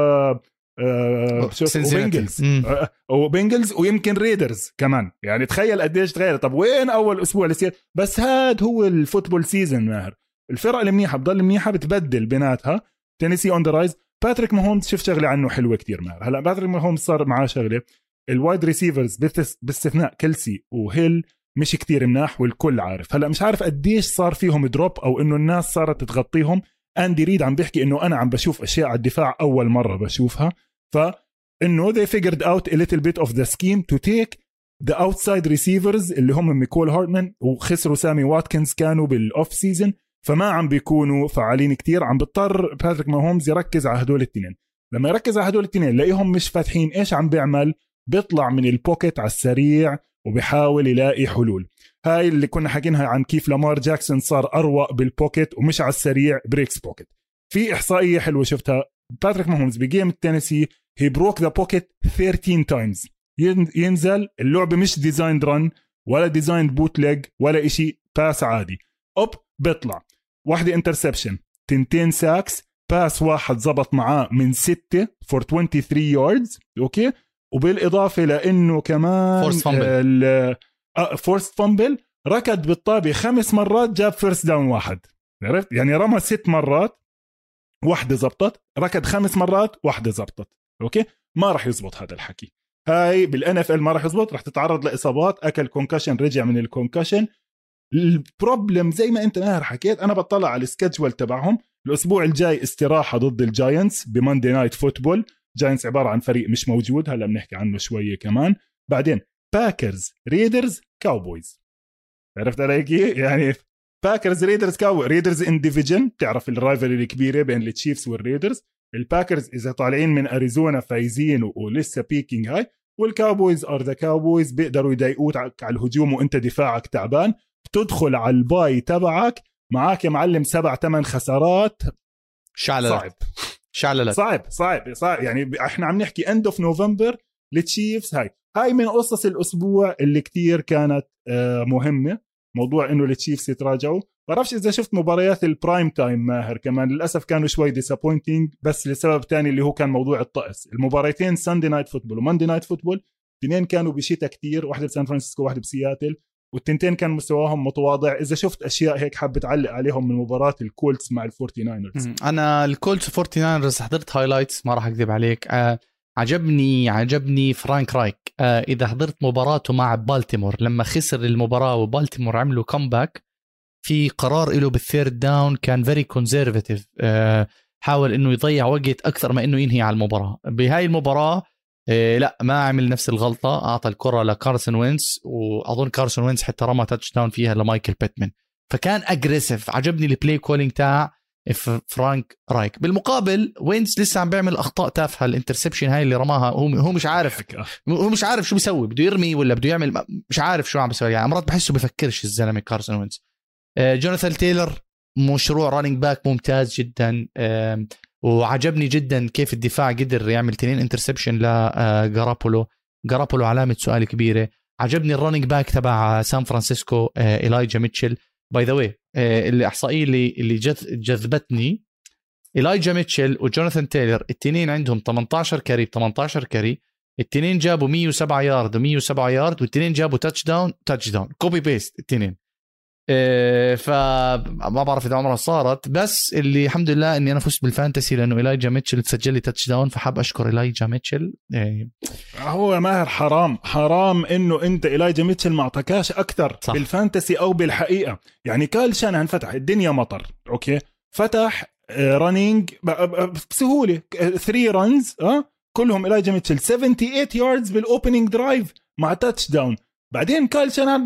وبنجلز ويمكن ريدرز كمان. يعني تخيل قديش تغير. طب وين اول اسبوع لسه؟ بس هاد هو الفوتبول سيزن ماهر. الفرق المنيحه بتضل منيحه بتبدل بيناتها. تينيسي اون ذا رايز. باتريك ماهومز شفت شغله عنه حلوه كتير ماهر. هلا باتريك ماهومز صار معاه شغله، الوايد ريسيفرز باستثناء كيلسي وهيل مش كتير مناح والكل عارف. هلا مش عارف قديش صار فيهم دروب او انه الناس صارت تغطيهم. اندي ريد عم بيحكي انه انا عم بشوف اشياء على الدفاع اول مره بشوفها، فانه they figured out a little bit of the scheme to take the outside receivers اللي هم ميكول هارتمان وخسروا سامي واتكنز كانوا بالاوف سيزن، فما عم بيكونوا فعالين كتير. عم بيضطر باتريك ماهومز يركز على هدول الاثنين. لما يركز على هدول الاثنين لاقيهم مش فاتحين، ايش عم بيعمل؟ بيطلع من البوكيت على السريع وبيحاول يلاقي حلول. هاي اللي كنا حكيناها عن كيف لامار جاكسون صار أروق بالبوكيت ومش على السريع بريكس بوكيت. في إحصائية حلوة شفتها، باتريك ماهومز بجيم التينيسي he broke the pocket 13 times. ينزل اللعبة مش ديزايند رن ولا ديزايند بوت ليج ولا إشي، باس عادي بيطلع. واحدة انترسبشن، 2 ساكس، باس واحد زبط معاه من 6 for 23 yards. أوكي، وبالإضافة لأنه كمان فورس فامبل ركض بالطابة 5 مرات جاب فيرست داون واحد. عرفت يعني رمى 6 مرات واحدة زبطت، ركض 5 مرات واحدة زبطت. أوكي، ما راح يزبط هذا الحكي. هاي بالان اف ال ما راح يزبط، راح تتعرض لإصابات. أكل كونكشن، رجع من الكونكشن. البروبلم زي ما انت ماهر حكيت، انا بطلع على السكجول تبعهم. الاسبوع الجاي استراحة ضد الجاينتس بماندي نايت فوتبول. جاينتس عبارة عن فريق مش موجود، هلا بنحكي عنه شوية كمان. بعدين باكرز، ريدرز، كاوبويز. عرفت علي كيف؟ يعني باكرز، ريدرز، كاوبويز. ريدرز ان ديفيجن، تعرف الرايفل الكبيرة بين التشيفز والريدرز. الباكرز إذا طالعين من أريزونا فايزين ولسه بيكينج هاي، والكاوبويز ار ذا كاوبويز بيقدروا يضايقوك على الهجوم وانت دفاعك تعبان. بتدخل على الباي تبعك معاك يا معلم 7-8 خسارات. صعب يعني احنا عم نحكي اند اوف نوفمبر للتشيفز. هاي من قصص الاسبوع اللي كتير كانت مهمة، موضوع انه التشيفز يتراجعوا. بعرفش اذا شفت مباريات البرايم تايم ماهر، كمان للاسف كانوا شوي ديسابوينتينج بس لسبب تاني اللي هو كان موضوع الطقس. المباريتين ساندي نايت فوتبول وماندي نايت فوتبول اثنين كانوا بشتاء كتير، واحدة بسان فرانسيسكو واحدة بسياتل، والتنتين كان مستواهم متواضع. اذا شفت اشياء هيك حاب تعلق عليهم من مباراه الكولتس مع الفورتي ناينرز؟ انا الكولتس فورتي ناينرز حضرت هايلايتس، ما راح اكذب عليك. عجبني فرانك رايك. اذا حضرت مباراته مع بالتيمور لما خسر المباراه وبالتيمور عملوا كومباك، في قرار له بالثيرد داون كان فيري كونزرفاتيف، حاول انه يضيع وقت اكثر ما انه ينهي على المباراه. بهاي المباراه لا، ما عمل نفس الغلطه، اعطى الكره لكارسون وينز، واظن كارسون وينز حتى رمى تاتش داون فيها لمايكل بيتمان، فكان اجريسيف. عجبني البلاي كولينج تاع فرانك رايك. بالمقابل وينز لسه عم بيعمل اخطاء تافهه، الانترسبشن هاي اللي رماها هو مش عارف شو بيسوي، بده يرمي ولا بده يعمل، مش عارف شو عم بيسوي. يعني مرات بحسه بفكرش الزلمه كارسون وينز. جوناثان تايلر مشروع رانينج باك ممتاز جدا، وعجبني جدا كيف الدفاع قدر يعمل 2 انترسبشن لجارابولو علامة سؤال كبيرة. عجبني الرانينج باك تبع سان فرانسيسكو إيلايجا ميتشل. باي ذا واي الإحصائية اللي جذبتني، إيلايجا ميتشل وجوناثان تايلر التنين عندهم 18 كاري، التنين جابوا 107 يارد والتنين جابوا تاتش داون كوبي بيست التنين. فما بعرف إذا عمرها صارت، بس اللي الحمد لله إني أنا فزت بالفانتسي لأنه إيلايجا ميتشل تسجل لي تاتش داون، فحاب أشكر إيلايجا ميتشل. هو ماهر حرام إنه أنت إيلايجا ميتشل ما أعطاكاش أكتر صح. بالفانتسي أو بالحقيقة. يعني كايل شانهان فتح الدنيا مطر، أوكي، فتح رانينج بسهولة 3 رانز كلهم إيلايجا ميتشل 78 ياردز بالأوبننج درايف مع تاتش داون. بعدين كايل شانهان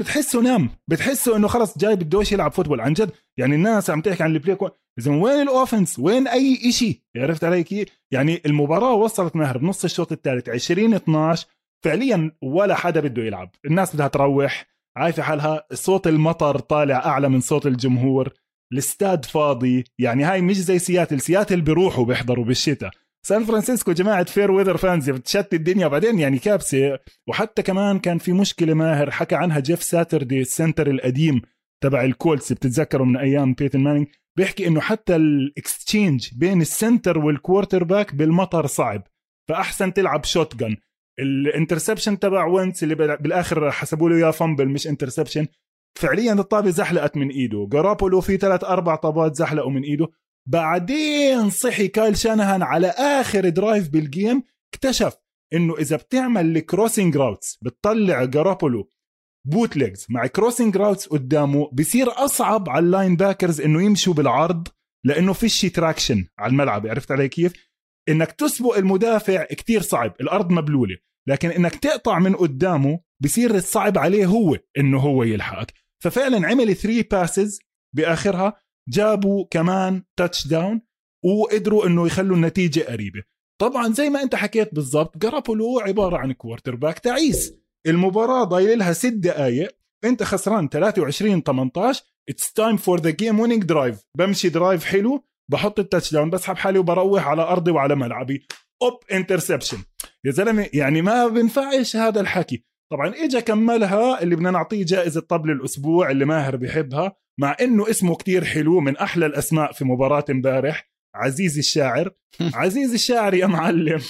بتحسه انه خلص جاي بدوش يلعب فوتبول عن جد. يعني الناس عم تحكي عن البلاي اذا وين الاوفنس، وين اي إشي، عرفت علي كيف؟ يعني المباراه وصلت ماهر بنص الشوط الثالث 20-12 فعليا ولا حدا بده يلعب، الناس بدها تروح عايفه حالها، صوت المطر طالع اعلى من صوت الجمهور، الاستاد فاضي. يعني هاي مش زي سياتل بيروحوا بيحضروا بالشتاء. سان فرانسيسكو جماعة فير ويذر فانز بتشتت الدنيا. بعدين يعني كابسة. وحتى كمان كان في مشكلة ماهر حكى عنها جيف ساتردي السنتر القديم تبع الكولتس، بتتذكروا من أيام بيتن مانينج، بيحكي إنه حتى الاكستشينج بين السنتر والكوارتر باك بالمطر صعب، فأحسن تلعب شوت جن. الانترسبشن تبع وينتس اللي بالآخر حسبوا له يا فامبل مش انترسبشن، فعليا الطابة زحلقت من إيده. جارابولو في 3-4 طابات زحلقوا من إيده. بعدين صحي كايل شانهان على آخر درايف بالجيم، اكتشف إنه إذا بتعمل الكروسينج راوتس بتطلع جارابولو بوتليجز مع كروسينج راوتس قدامه، بيصير أصعب على اللاين باكرز إنه يمشوا بالعرض لأنه فيش تراكشن على الملعب. عرفت علي كيف؟ إنك تسبق المدافع كتير صعب، الأرض مبلولة، لكن إنك تقطع من قدامه بيصير الصعب عليه هو إنه هو يلحقك. ففعلا عمل 3 باسز بآخرها، جابوا كمان تاتش داون وقدروا انه يخلوا النتيجة قريبة. طبعا زي ما انت حكيت بالضبط، جارابولو عبارة عن كوارتر باك تعيس. المباراة ضايل لها 6 دقايق، انت خسران 23-18، it's time for the game winning drive. بمشي درايف حلو، بحط التاتش داون، بسحب حالي وبروح على ارضي وعلى ملعبي، انترسبشن. يا زلمة يعني ما بنفعش هذا الحكي. طبعا اجا كملها اللي بدنا نعطيه جائزة طبل الاسبوع اللي ماهر بحبها، مع انه اسمه كتير حلو، من احلى الاسماء في مباراة امبارح، عزيز الشاعر. عزيز الشاعر يا معلم،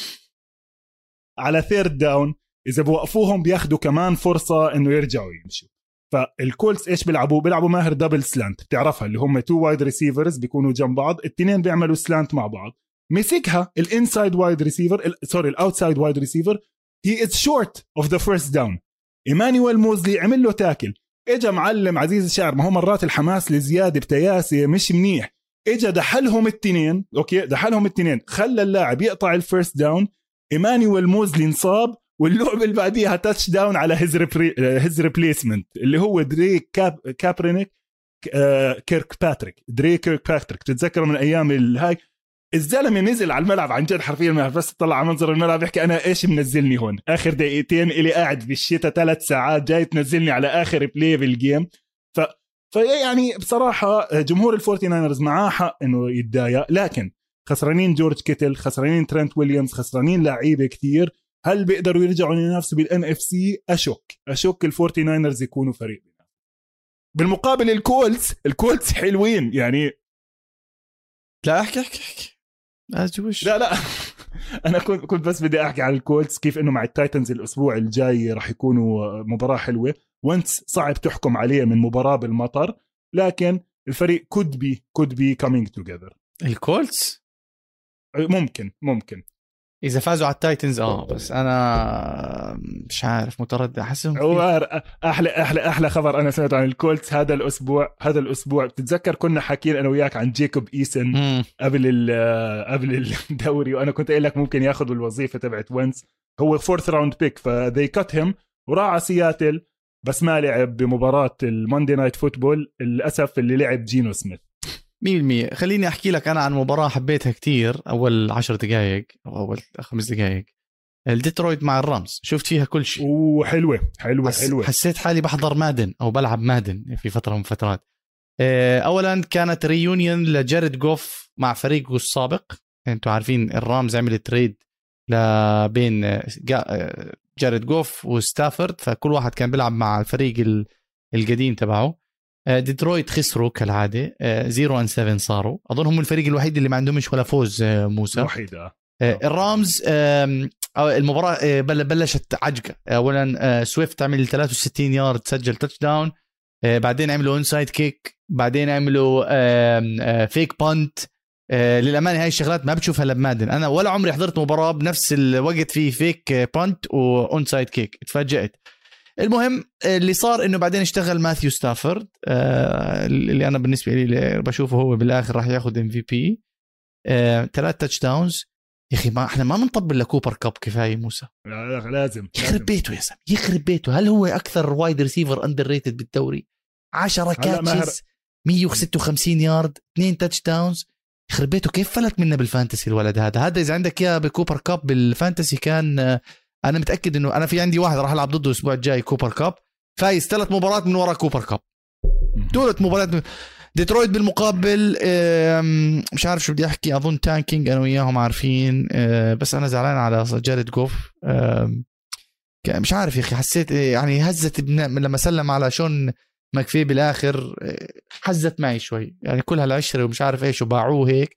على ثيرد داون اذا بوقفوهم بياخدوا كمان فرصة انه يرجعوا يمشوا. فالكولتس ايش بيلعبوا ماهر دبل سلانت، بتعرفها اللي هم 2 وايد ريسيفرز بيكونوا جنب بعض، التنين بيعملوا سلانت مع بعض. مسكها الانسايد وايد ريسيفر، الاوتسايد وايد ريسيفر، he is short of the first down. إيمانويل موزلي عمل له تاكل، اجا معلم عزيز الشاعر، ما هو مرات الحماس لزيادة بتياسي مش منيح، اجا دحلهم التنين، اوكي دحلهم التنين، خلى اللاعب يقطع الفيرست داون، إيمانويل موزلي انصاب، واللعبة اللي بعديها تاتش داون على هيز ريبليسمنت اللي هو دريك كابرينيك كيرك باتريك تتذكروا من ايام الهاي. الزلمه نزل على الملعب عن جد حرفيا، بس طلع على منظر الملعب يحكي انا ايش منزلني هون اخر دقيقتين اللي قاعد بالشتاء 3 ساعات جاي تنزلني على اخر بلاي بالجيم. يعني بصراحه جمهور الفورتي ناينرز معاه حق انه يتضايق، لكن خسرانين جورج كيتل، خسرانين ترنت ويليامز، خسرانين لعيبه كتير. هل بيقدروا يرجعوا لنفسه بالان اف سي؟ اشك الفورتي ناينرز يكونوا فريق. بالمقابل الكولتس حلوين يعني. لا احكي لا انا كنت بس بدي احكي عن الكولتس كيف انه مع التايتنز الاسبوع الجاي راح يكونوا مباراة حلوة. وينتس صعب تحكم عليه من مباراة بالمطر، لكن الفريق could be coming together. الكولتس ممكن اذا فازوا على التايتنز بس انا مش عارف، متردد، احسهم احلى خبر انا سمعته عن الكولتس هذا الاسبوع بتتذكر كنا حاكيين انا وياك عن جيكوب ايسن قبل الدوري، وانا كنت قايل لك ممكن ياخذ الوظيفه تبعت وينتس، هو 4th راوند بيك، فذي كات هيم وراح على سياتل، بس ما لعب بمباراه الماندي نايت فوتبول للاسف اللي لعب جينو سميث. 100%. خليني أحكي لك أنا عن مباراة حبيتها كتير، أول 10 دقائق أو أول 5 دقائق، الديترويت مع الرامز، شفت فيها كل شيء. حلوة. حسيت حالي بحضر مادن أو بلعب مادن في فترة من فترات. أولا كانت ريونيون لجاريد جوف مع فريقه السابق. أنتوا عارفين الرامز عمل تريد بين جاريد جوف وستافورد، فكل واحد كان بيلعب مع الفريق القديم تبعه. ديترويت خسروا كالعادة 0-7 صاروا، أظن هم الفريق الوحيد اللي ما عندهمش ولا فوز. موسى وحيدة. الرامز المباراة بلشت عجقة. أولا سويفت عمل 63 يارد، سجل تاتش داون، بعدين عملوا انسايد كيك، بعدين عملوا فيك بانت. للأمانة هاي الشغلات ما بتشوفها لبمادن، أنا ولا عمري حضرت مباراة بنفس الوقت في فيك بانت وانسايد كيك، اتفاجأت. المهم اللي صار انه بعدين اشتغل ماثيو ستافورد، اللي انا بالنسبه لي بشوفه هو بالاخر راح ياخذ MVP. 3 تاتش داونز. يا اخي ما احنا ما بنطبل لكوبر كاب كفايه. موسى لازم يخرب بيته يا سامي، يخرب بيته. هل هو اكثر وايد ريسيفر اندر ريتد بالدوري؟ 10 كاتشز، 156 يارد، 2 تاتش داونز. يخرب بيته كيف فلت منا بالفانتسي الولد هذا اذا عندك اياه بكوبر كاب بالفانتسي كان انا متاكد انه انا في عندي واحد راح العب ضده الاسبوع الجاي كوبر كاب، فايز 3 مباريات من وراء كوبر كاب، 3 مباريات. ديترويت بالمقابل مش عارف شو بدي احكي، اظن تانكينج انا وياهم عارفين، بس انا زعلان على جاريد جوف. مش عارف يا اخي، حسيت يعني هزت لما سلم على شون مكفي بالاخر، حزت معي شوي يعني، كل هالعشره ومش عارف ايش وباعوه هيك.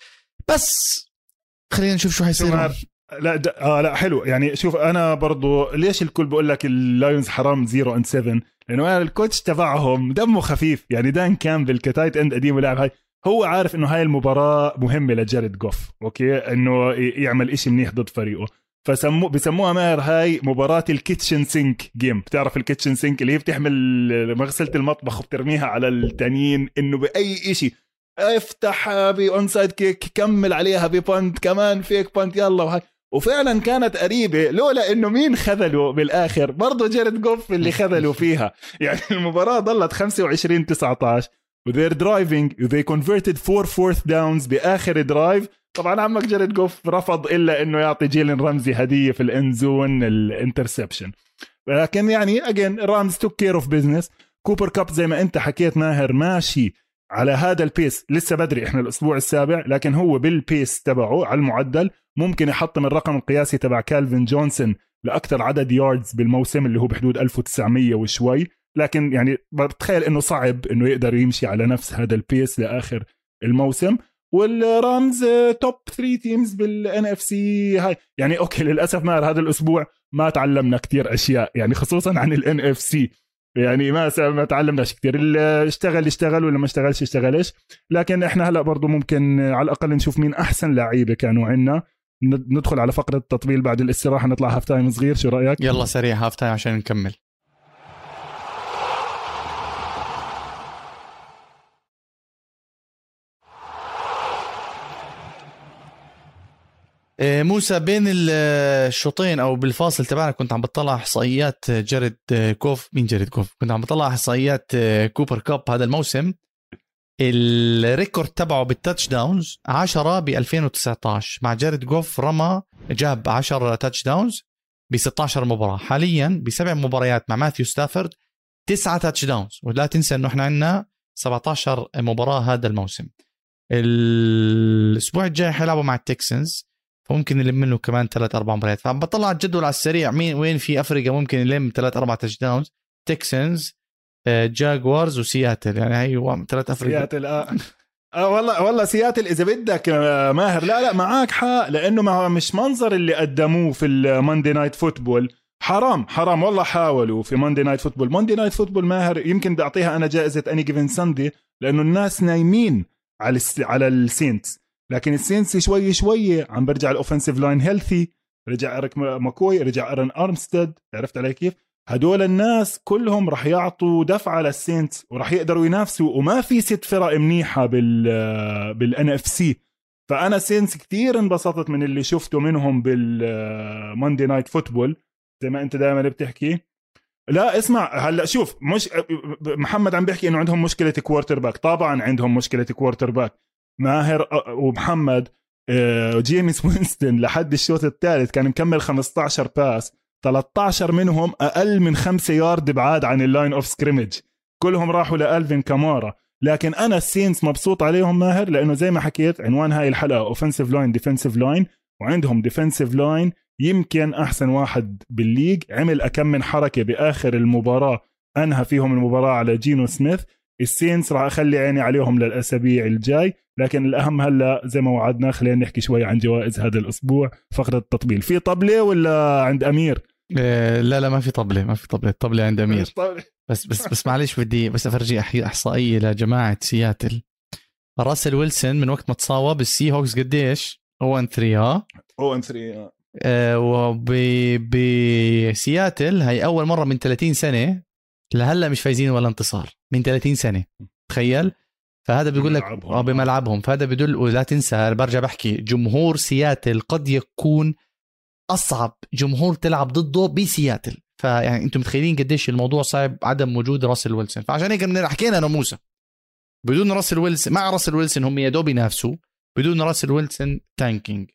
بس خلينا نشوف شو حيصير. لا حلو يعني. شوف انا برضو ليش الكل بقول لك اللايونز حرام 0-7، لانه الكوتش تبعهم دمه خفيف يعني. دان كامبل كتايت اند قديم ولاعب هاي، هو عارف انه هاي المباراه مهمه لجاريد جوف، اوكي، انه يعمل إشي منيح ضد فريقه، بسموها ماهر هاي مباراة الكيتشن سينك جيم. بتعرف الكيتشن سينك اللي هي بتحمل مغسلة المطبخ وبترميها على التانيين، انه باي إشي افتح بأونسايد كيك، كمل عليها ببانت كمان، فيك بانت، يلا وهاي. وفعلا كانت قريبة، لولا انه مين خذلوا بالاخر؟ برضو جاريد جوف اللي خذلوا فيها يعني. المباراة ضلت 25-19 وthey're driving they converted 4 fourth downs باخر درايف. طبعا عمك جاريد جوف رفض الا انه يعطي جيلن رمزي هدية في الانزون الانترسبشن، لكن يعني again رامز took care of business. كوبر كاب زي ما انت حكيت ماهر ماشي على هذا البيس، لسه بدري احنا الاسبوع السابع، لكن هو بالبيس تبعه على المعدل ممكن يحطم الرقم القياسي تبع كالفين جونسون لاكثر عدد ياردز بالموسم اللي هو بحدود 1900 وشوي. لكن يعني بتخيل انه صعب انه يقدر يمشي على نفس هذا البيس لاخر الموسم. والرامز توب 3 تيمز بالان اف سي هاي يعني. اوكي للاسف مار هذا الاسبوع ما تعلمنا كتير اشياء يعني، خصوصا عن الان اف سي يعني ما تعلمناش كتير. اللي اشتغل واللي ما اشتغلش. لكن احنا هلا برضو ممكن على الاقل نشوف مين احسن لعيبه كانوا عندنا. ندخل على فقره التطبيل بعد الاستراحه، نطلع هاف تايم صغير، شو رايك؟ يلا سريع هاف تايم عشان نكمل. موسى بين الشوطين او بالفاصل تبعنا كنت عم بطلع احصائيات جاريد جوف. كنت عم بطلع احصائيات كوبر كاب هذا الموسم. الريكورد تبعه بالتاتش داونز 10 ب 2019 مع جاريد جوف، جاب 10 تاتش داونز ب 16 مباراة. حاليا ب7 مباريات مع ماثيو ستافورد 9 تاتش داونز، ولا تنسى انه احنا عندنا 17 مباراة هذا الموسم. الاسبوع الجاي حيلعبوا مع التكسنز، فممكن نلم له كمان 3-4 مباريات. فعم بطلع الجدول على السريع وين في افريقيا ممكن نلم 3-4 تاتش داونز. تكسنز، جاغوارز وسياتل، يعني هي 3 افريقيا. سياتل والله سياتل اذا بدك ماهر، لا معاك حق، لانه ما مش منظر اللي قدموه في الماندي نايت فوتبول حرام والله. حاولوا في موندي نايت فوتبول ماهر، يمكن بدي اعطيها انا جائزه اني جيفن ساندي، لانه الناس نايمين على السينتس، لكن السينتس شوي عم برجع الاوفنسيف لاين هيلثي، رجع اريك ماكوي، رجع ارن ارمستد، عرفت علي كيف؟ هدول الناس كلهم راح يعطوا دفعه للسينتس وراح يقدروا ينافسوا، وما في 6 فرق منيحه بالان اف سي. فانا سينس كتير انبسطت من اللي شفته منهم بالموندي نايت فوتبول زي ما انت دائما بتحكي. لا اسمع هلا شوف، مش محمد عم بيحكي انه عندهم مشكله كوارتر باك، طبعا عندهم مشكله كوارتر باك. ماهر ومحمد جيمس وينستون لحد الشوط الثالث كان مكمل 15 باس، 13 منهم اقل من 5 يارد بعاد عن اللاين اوف سكريمج، كلهم راحوا لألفين كامارا. لكن انا السينس مبسوط عليهم ماهر، لانه زي ما حكيت عنوان هاي الحلقه اوفنسيف لاين ديفنسيف لاين، وعندهم ديفنسيف لاين يمكن احسن واحد بالليج. عمل اكم من حركه باخر المباراه انهى فيهم المباراه على جينو سميث. السينس راح اخلي عيني عليهم للاسابيع الجاي، لكن الاهم هلا زي ما وعدنا خلينا نحكي شوي عن جوائز هذا الاسبوع. فقره التطبيل في طبله ولا عند امير؟ لا ما في طبله، الطبله عند امير. بس معلش بدي بس افرجي احصائيه لجماعه سياتل. راسل ويلسون من وقت ما تصاوب السي هوكس قديش 0-3 وبسياتل هاي اول مره من 30 سنه لهلا مش فايزين ولا انتصار من 30 سنه، تخيل. فهذا بيقول لك بملعبهم، فهذا بدل. ولا تنسى برجع بحكي جمهور سياتل قد يكون أصعب جمهور تلعب ضده بسياتل. فيعني أنتم متخيلين قديش الموضوع صعب عدم وجود راسل ويلسون. فعشان هيك حكينا أنا موسى بدون راسل ويلسون، مع راسل ويلسون هم يدوب ينافسوا، بدون راسل ويلسون تانكينج.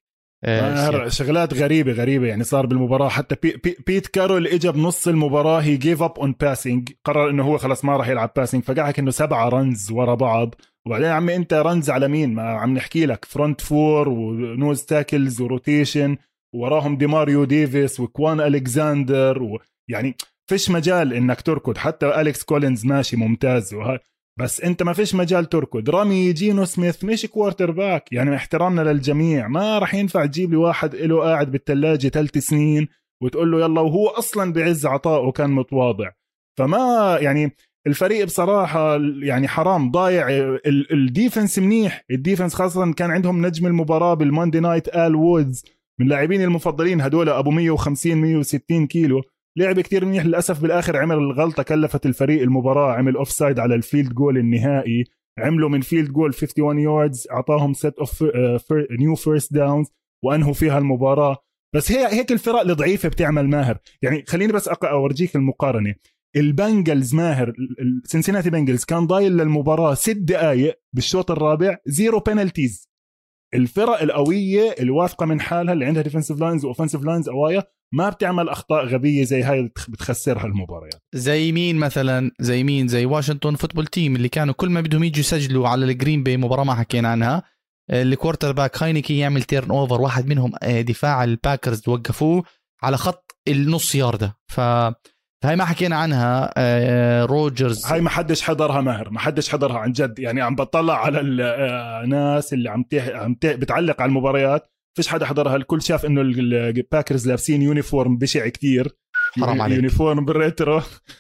شغلات غريبة يعني صار بالمباراة. حتى بيت كارول اجى بنص المباراة هي جيف اب اون باسنج، قرر انه هو خلاص ما راح يلعب باسنج، فقعك انه 7 رنز ورا بعض. وبعدين يا عمي انت رنز على مين؟ ما عم نحكي لك فرونت فور ونوز تاكلز وروتيشن، وراهم ديماريو ديفيس وكوان ألكساندر، يعني فيش مجال انك تركض. حتى أليكس كولينز ماشي ممتاز بس انت ما فيش مجال تركض. رامي جينو سميث مش كوارتر باك، يعني احترامنا للجميع، ما راح ينفع تجيب لي واحد له قاعد بالثلاجة 3 سنين وتقول له يلا، وهو اصلا بعز عطائه كان متواضع. فما يعني الفريق بصراحة يعني حرام ضايع. الديفنس منيح، الديفنس خاصة كان عندهم نجم المباراة بالماندي نايت آل وودز، من لاعبين المفضلين هدول، ابو 150 160 كيلو، لعب كتير منيح. للأسف بالآخر عمل الغلطة كلفت الفريق المباراة، عمل أوفسايد على الفيلد جول النهائي، عملوا من فيلد جول 51 ياردز، أعطاهم سيت أوف نيو فيرست داونز وأنهوا فيها المباراة. بس هيك الفرق الضعيفة بتعمل ماهر. يعني خليني بس أورجيك المقارنة. البنجلز ماهر، السنسيناتي بنجلز كان ضايل للمباراة 6 دقائق بالشوط الرابع، 0 بينالتيز. الفرق القوية الواثقة من حالها اللي عندها ديفنسيف لاينز وأوفنسيف لاينز قوايا ما بتعمل أخطاء غبية زي هاي بتخسرها المباريات. زي مين مثلا؟ زي واشنطن فوتبول تيم اللي كانوا كل ما بدهم يجوا يسجلوا على الجرين باي، مباراة ما حكينا عنها، الكوارتر باك هاينيكي يعمل تيرن اوفر، واحد منهم دفاع الباكرز وقفوه على خط النص ياردة. فهاي ما حكينا عنها. روجرز هاي ما حدش حضرها ماهر، ما حدش حضرها عن جد. يعني عم بطلع على الناس اللي عم بتعلق على المباريات، فيش حدا حضرها. الكل شاف انه الباكرز لابسين يونيفورم بشع كتير، حرام عليك، يونيفورم بالريترو.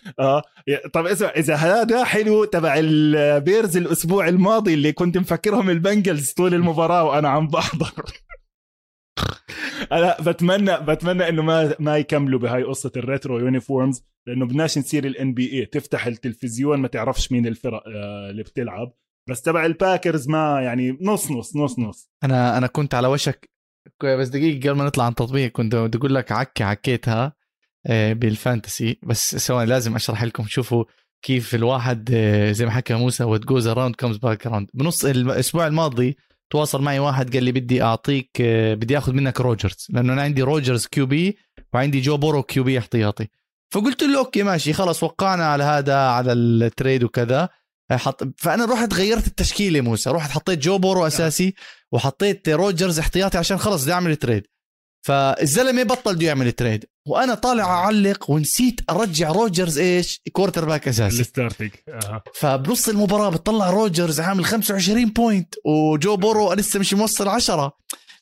طب اذا هذا حلو تبع البيرز الاسبوع الماضي اللي كنت مفكرهم البنجلز طول المباراة وانا عم بحضر. انا بتمنى انه ما يكملوا بهاي قصه الريترو يونيفورمز، لانه بدناش نصير الان بي اي تفتح التلفزيون ما تعرفش مين الفرق اللي بتلعب. بس تبع الباكرز ما يعني نص. انا كنت على وشك، بس دقيقه قبل ما نطلع عن تطبيق كنت بدي اقول لك عكيتها بالفانتسي، بس سواء لازم اشرح لكم. شوفوا كيف الواحد زي ما حكى موسى what goes around comes back around. بنص الاسبوع الماضي تواصل معي واحد قال لي بدي اخذ منك روجرز، لانه انا عندي روجرز كيو بي وعندي جو بورو كيو بي احتياطي. فقلت له اوكي ماشي خلاص، وقعنا على هذا على التريد وكذا. فانا رحت غيرت التشكيله موسى، رحت حطيت جو بورو اساسي وحطيت روجرز احتياطي عشان خلص بدي اعمل تريد. فالزلمه بطل بده يعمل تريد وانا طالع اعلق ونسيت ارجع روجرز كوارتر باك اساسي. فبنص المباراه بتطلع روجرز عامل 25 بوينت وجو بورو لسه مش موصل 10.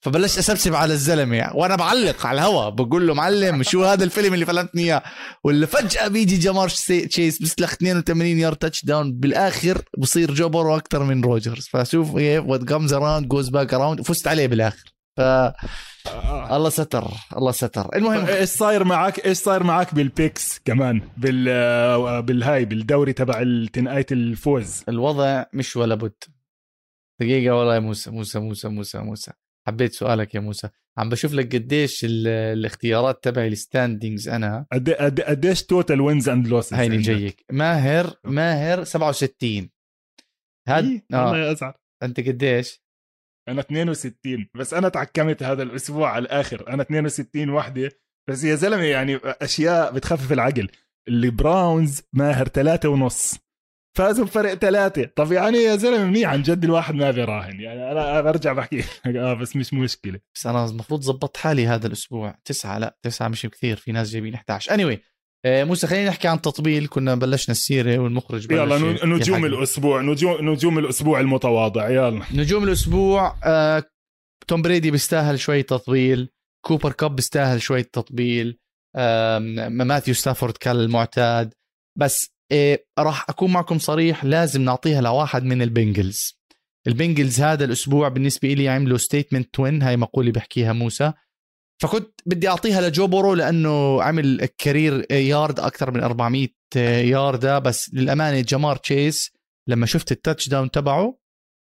فبلشت اسبسب على الزلمه يعني. وانا بعلق على الهوا بقول له معلم شو هذا الفيلم اللي فلتني اياه، ولا فجاه بيجي جمار تشيس بسلخ 82 يارد تاتش داون، بالاخر بصير جو بورو اكثر من روجرز. فشوف ايه وات كمز اراوند جوز باك اراوند، وفزت عليه بالاخر. ف الله ستر الله ستر. المهم ايش صاير معك بالبيكس كمان بالهاي بالدوري تبع التنقايه الفوز؟ الوضع مش ولا بد. دقيقه والله يا موسى حبيت سؤالك يا موسى. عم بشوف لك قديش الاختيارات تبعي الستاندينجز. انا قديش توتال وينز اند لوسز؟ هيني جايك. ماهر 67. هاد والله يا ازعر. انت قديش؟ انا 62. بس انا تعكمت هذا الاسبوع على الاخر. انا 62 وحده بس يا زلمه، يعني اشياء بتخفف العقل. اللي براونز ماهر 3.5 فازوا بفرق 3. طب يعني يا زلمه منيح عن جد، الواحد ما بيراهن. يعني انا برجع بحكي بس مش مشكله. بس انا المفروض زبطت حالي هذا الاسبوع 9. لا 9 مش كثير، في ناس جايبين 11. anyway موسى خلينا نحكي عن تطبيل. كنا بلشنا السيره والمخرج بلش. يلا نجوم الاسبوع. نجوم الاسبوع المتواضع. يلا نجوم الاسبوع. توم بريدي بيستاهل شوي تطبيل، كوبر كاب بيستاهل شوي تطبيل، ماثيو ستافورد كالمعتاد. بس راح أكون معكم صريح، لازم نعطيها لواحد من البنجلز هذا الأسبوع. بالنسبة إلي عملوا ستيتمنت توين، هاي مقولة بحكيها موسى. فكنت بدي أعطيها لجو بورو لأنه عمل كارير يارد أكثر من 400 ياردة. بس للأمانة جمار تشيس لما شفت التاتش داون تبعه،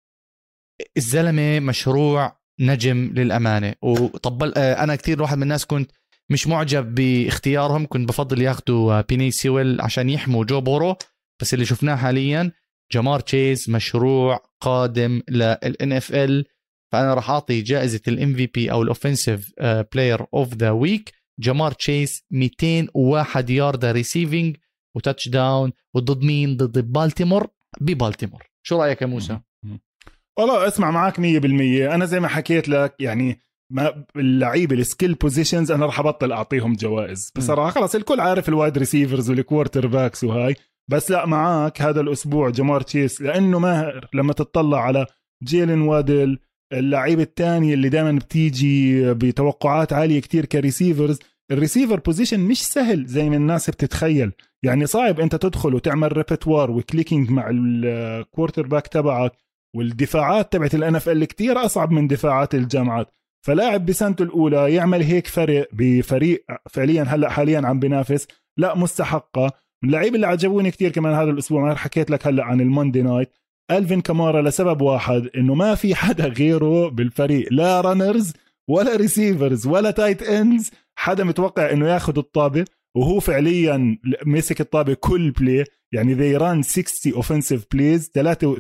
الزلمة مشروع نجم للأمانة. وطبل أنا كتير واحد من الناس كنت مش معجب باختيارهم، كنت بفضل ياخدوا بيني سيويل عشان يحموا جو بورو. بس اللي شفناه حاليا جمار تشيز مشروع قادم للNFL. فأنا راح أعطي جائزة الMVP أو الأوفنسيف بلاير أوف ذا ويك جمار تشيز. 201 ياردة ريسيفينج وتاتش داون، وضد مين؟ ضد بالتيمور ببالتيمور. شو رأيك يا موسى؟ والله اسمع معك 100%. أنا زي ما حكيت لك يعني ما اللعيبه السكيل بوزيشنز انا راح ابطل اعطيهم جوائز بصراحه. خلاص الكل عارف الوايد ريسيفرز والكوارتر باكس وهاي. بس لا معاك هذا الاسبوع جمار تشيس، لانه ماهر لما تطلع على جيلين وادل اللعيبه الثانيه اللي دائما بتيجي بتوقعات عاليه كتير كريسيفرز. الريسيفر بوزيشن مش سهل زي ما الناس بتتخيل. يعني صعب انت تدخل وتعمل ريبتوار وكليكينج مع الكوارتر باك تبعك، والدفاعات تبعت الNFL كتير اصعب من دفاعات الجامعات. فلاعب بسنته الأولى يعمل هيك فرق بفريق فعليا هلأ حاليا عم بينافس، لا مستحقة. اللعيب اللي عجبوني كتير كمان هذا الأسبوع، ما حكيت لك هلأ عن الموندي نايت، ألفين كامارا، لسبب واحد إنه ما في حدا غيره بالفريق، لا رانرز ولا ريسيفرز ولا تايت اندز حدا متوقع إنه ياخد الطابة، وهو فعليا مسك الطابة كل بلاي. يعني they run 60 offensive plays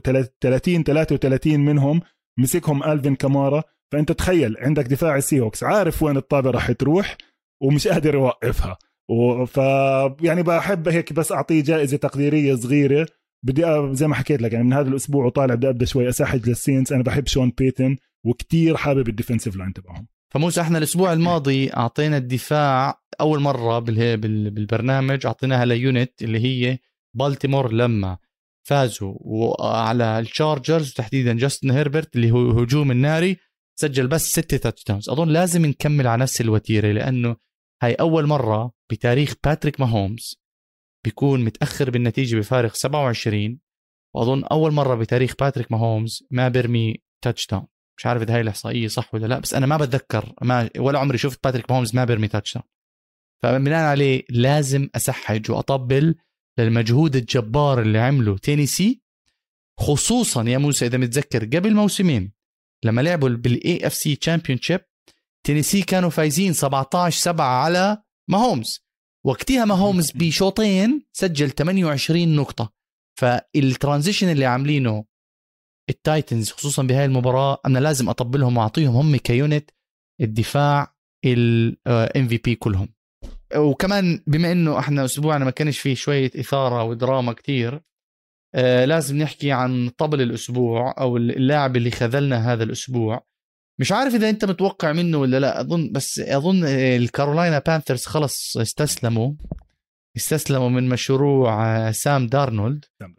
33 منهم مسكهم ألفين كامارا. فأنت تخيل عندك دفاع السيهوكس عارف وين الطابة راح تروح ومش قادر يوقفها. يعني بحب هيك بس أعطيه جائزة تقديرية صغيرة. بدي زي ما حكيت لك يعني من هذا الأسبوع وطالع بدي أبدأ شوي أساحج للسينس. أنا بحب شون بيتن وكتير حابب الديفنسيف لاين تبعهم. فموسى احنا الأسبوع الماضي أعطينا الدفاع أول مرة بالبرنامج، أعطيناها ليونت اللي هي بالتيمور لما فازوا على الشارجرز، تحديدا جاستن هيربرت اللي هو هجوم الناري، سجل بس 6 تاتش داونز. أظن لازم نكمل على نفس الوتيرة، لأنه هاي أول مرة بتاريخ باتريك ماهومز بيكون متأخر بالنتيجة بفارق 27، وأظن أول مرة بتاريخ باتريك ماهومز ما برمي تاتش داون. مش عارف إذا هاي الإحصائية صح ولا لا، بس أنا ما بتذكر ولا عمري شفت باتريك ماهومز ما برمي تاتش داون. فبناء عليه لازم أسحج وأطبل للمجهود الجبار اللي عمله تينيسي، خصوصا يا موسى إذا متذكر قبل موسمين لما لعبوا بالAFC Championship تينيسي كانوا فايزين 17-7 على ماهومز، وقتها ماهومز بشوطين سجل 28 نقطة. فالترانزيشن اللي عاملينه التايتنز خصوصا بهاي المباراة أنا لازم أطبلهم وأعطيهم هم كيونت الدفاع MVP كلهم. وكمان بما إنه إحنا أسبوعنا ما كانش فيه شوية إثارة ودراما كتير، لازم نحكي عن طبل الأسبوع أو اللاعب اللي خذلنا هذا الأسبوع. مش عارف إذا أنت متوقع منه ولا لا، أظن الكارولاينا بانثرز خلص استسلموا من مشروع سام دارنولد.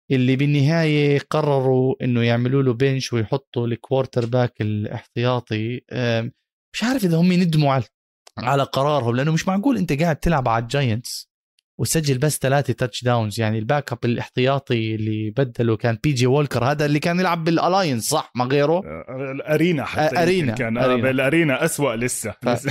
اللي بالنهاية قرروا إنه يعملوا له بنش ويحطوا الكوارتر باك الاحتياطي. مش عارف إذا هم ندموا على قرارهم، لأنه مش معقول أنت قاعد تلعب على الجاينتس وسجل بس 3 تاتش داونز. يعني الباك اب الاحتياطي اللي بدله كان بي جي وولكر، هذا اللي كان يلعب بالالاينس صح ما غيره. الارينا حتى أرينا كان أرينا. بالارينا أسوأ لسه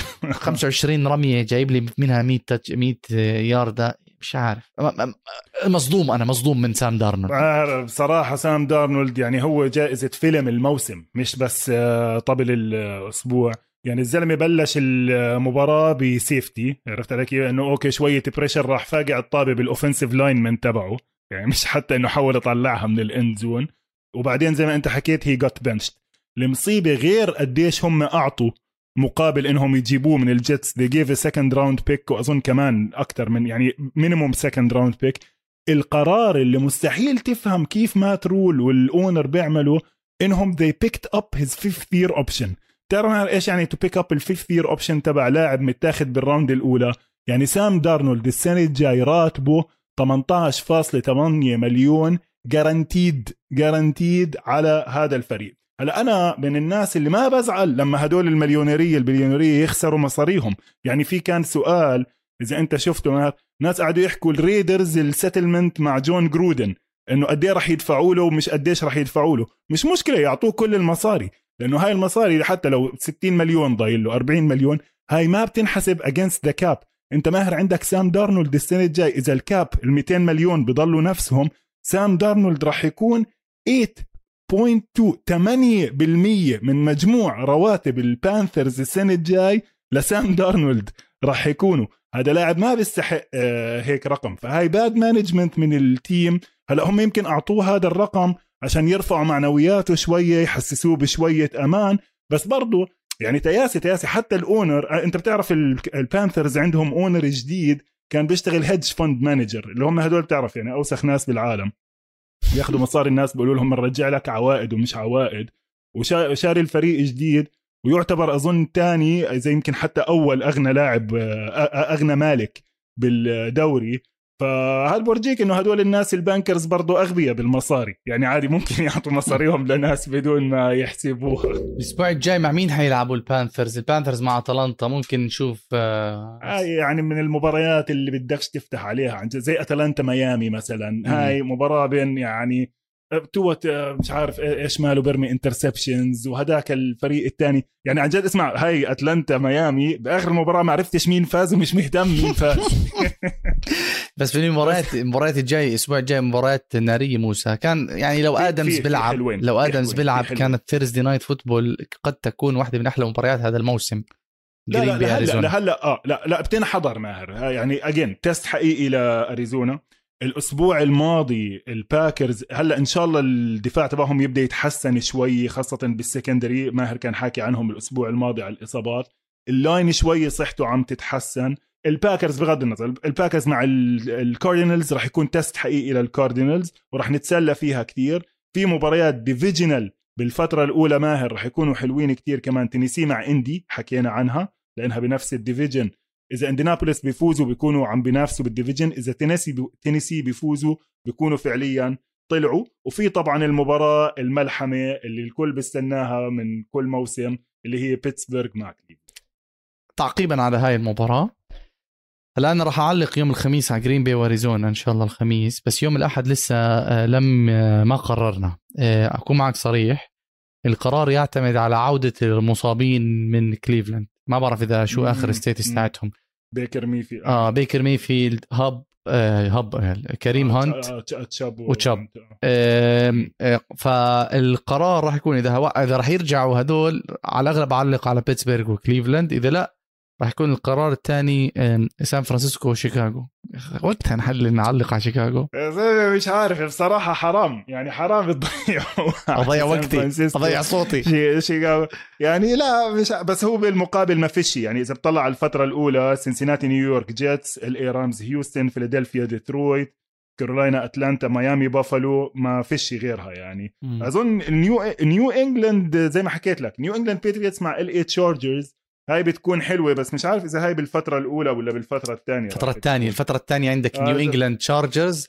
25 رمية جايب لي منها 100 ياردة. مش عارف، مصدوم. أنا مصدوم من سام دارنولد بصراحة. سام دارنولد يعني هو جائزة فيلم الموسم مش بس طبل الأسبوع. يعني الزلمة بلش المباراة بسيفتي، عرفت عليك انه اوكي شوية بريشر راح فاقع الطابة بالاوفنسيف لاين من تبعه، يعني مش حتى انه حاول يطلعها من الاند زون. وبعدين زي ما انت حكيت هي جت بنشت. المصيبة غير قديش هم اعطوا مقابل انهم يجيبوه من الجيتس، they gave a second round pick واظن كمان اكتر من يعني minimum second round pick. القرار اللي مستحيل تفهم كيف مات رول والاونر بيعملوا انهم they picked up his fifth year option. تعرف ايش يعني to pick up الفيفث يير اوبشن تبع لاعب متاخد بالراوند الاولى؟ يعني سام دارنولد السنه الجاي راتبه 18.8 مليون جارانتيد على هذا الفريق. هلا انا من الناس اللي ما بزعل لما هدول البليونيريه يخسروا مصاريهم. يعني في كان سؤال اذا انت شفته، ناس قاعدوا يحكوا الريدرز السيتلمنت مع جون جرودن انه قد ايه راح يدفعوا له ومش قديش راح يدفعوا له. مش مشكله يعطوه كل المصاري، لانه هاي المصاري حتى لو 60 مليون ضايل له 40 مليون هاي ما بتنحسب against the cap. انت ماهر عندك سام دارنولد السنه الجاي اذا الكاب ال 200 مليون بضلوا نفسهم، سام دارنولد راح يكون 8.2 8% من مجموع رواتب البانثرز السنه الجاي لسام دارنولد راح يكونوا. هذا لاعب ما بيستحق هيك رقم. فهاي باد مانجمنت من التيم. هلا هم يمكن اعطوه هذا الرقم عشان يرفعوا معنوياته شويه، يحسسوه بشويه امان، بس برضو يعني تياسي حتى الاونر. انت بتعرف البانثرز عندهم اونر جديد كان بيشتغل هيدج فند مانجر، اللي هم هدول بتعرف يعني اوسخ ناس بالعالم، ياخذوا مصاري الناس بيقولوا لهم نرجع لك عوائد ومش عوائد. وشاري الفريق جديد ويعتبر اظن تاني زي يمكن حتى اول اغنى لاعب اغنى مالك بالدوري. فهذا بورجيك انه هدول الناس البانكرز برضو اغبياء بالمصاري، يعني عادي ممكن يعطوا مصاريهم لناس بدون ما يحسبوها. الاسبوع الجاي مع مين حيلعبوا البانثرز مع اتلانتا، ممكن نشوف يعني من المباريات اللي بدكش تفتح عليها عن زي اتلانتا ميامي مثلا. هاي مباراة بين يعني توت مش عارف ايش ماله برمي انترسبشنز، وهداك الفريق الثاني يعني عن جد اسمع هاي اتلانتا ميامي باخر المباراة ما عرفتش مين فاز ومش مهتم مين فاز. بس في المباريات الجاي الاسبوع الجاي مباريات نارية موسى. كان يعني لو ادمز بيلعب كانت ثيرزداي نايت فوتبول قد تكون واحدة من احلى مباريات هذا الموسم. لا بتنحضر ماهر يعني اجين تيست حقيقي لاريزونا. الأسبوع الماضي الباكرز هلأ إن شاء الله الدفاع تبعهم يبدأ يتحسن شوي، خاصة بالسكندري. ماهر كان حاكي عنهم الأسبوع الماضي على الإصابات. اللاين شوي صحته عم تتحسن. الباكرز بغض النظر الباكرز مع الكاردينالز راح يكون تست حقيقي للكاردينالز وراح نتسلى فيها كتير. في مباريات ديفيجنال بالفترة الأولى ماهر راح يكونوا حلوين كتير كمان. تينيسي مع إندي حكينا عنها لأنها بنفس الديفيجن. إذا إنديانابوليس بيفوزوا بيكونوا عم بينافسوا بالديفيجن، إذا تينيسي بيفوزوا بيكونوا فعليا طلعوا. وفي طبعا المباراة الملحمة اللي الكل بيستناها من كل موسم اللي هي بيتسبرغ مع كليفلاند. تعقيبا على هاي المباراة هلا أنا راح أعلق يوم الخميس على جرين باي واريزونا إن شاء الله الخميس، بس يوم الأحد لسه ما قررنا. أكون معك صريح، القرار يعتمد على عودة المصابين من كليفلاند. ما بعرف إذا شو آخر ستيتس تاعتهم. بيكر ميفيلد هاب كريم هانت وتشاب. فالقرار راح يكون إذا راح يرجعوا هدول على الأغلب علق على بيتسبرغ وكليفلاند، إذا لا راح يكون القرار الثاني سان فرانسيسكو وشيكاغو. وقتها نحل نعلق على شيكاغو. مش عارف بصراحة، حرام يعني حرام أضيع وقتي أضيع صوتي شيكاغو يعني. لا مش بس هو بالمقابل ما فيش يعني. إذا بطلع على الفترة الأولى سينسيناتي نيويورك جيتس الأي رامز هيوستن فيلادلفيا ديترويت كارولاينا أتلانتا ميامي بافالو، ما فيش غيرها يعني. أظن نيو إنجلاند زي ما حكيت لك نيو إنجلاند بيتريتس مع LA تشارجرز هاي بتكون حلوة، بس مش عارف إذا هاي بالفترة الأولى ولا بالفترة الثانية. الفترة الثانية عندك نيو إنجلاند تشارجرز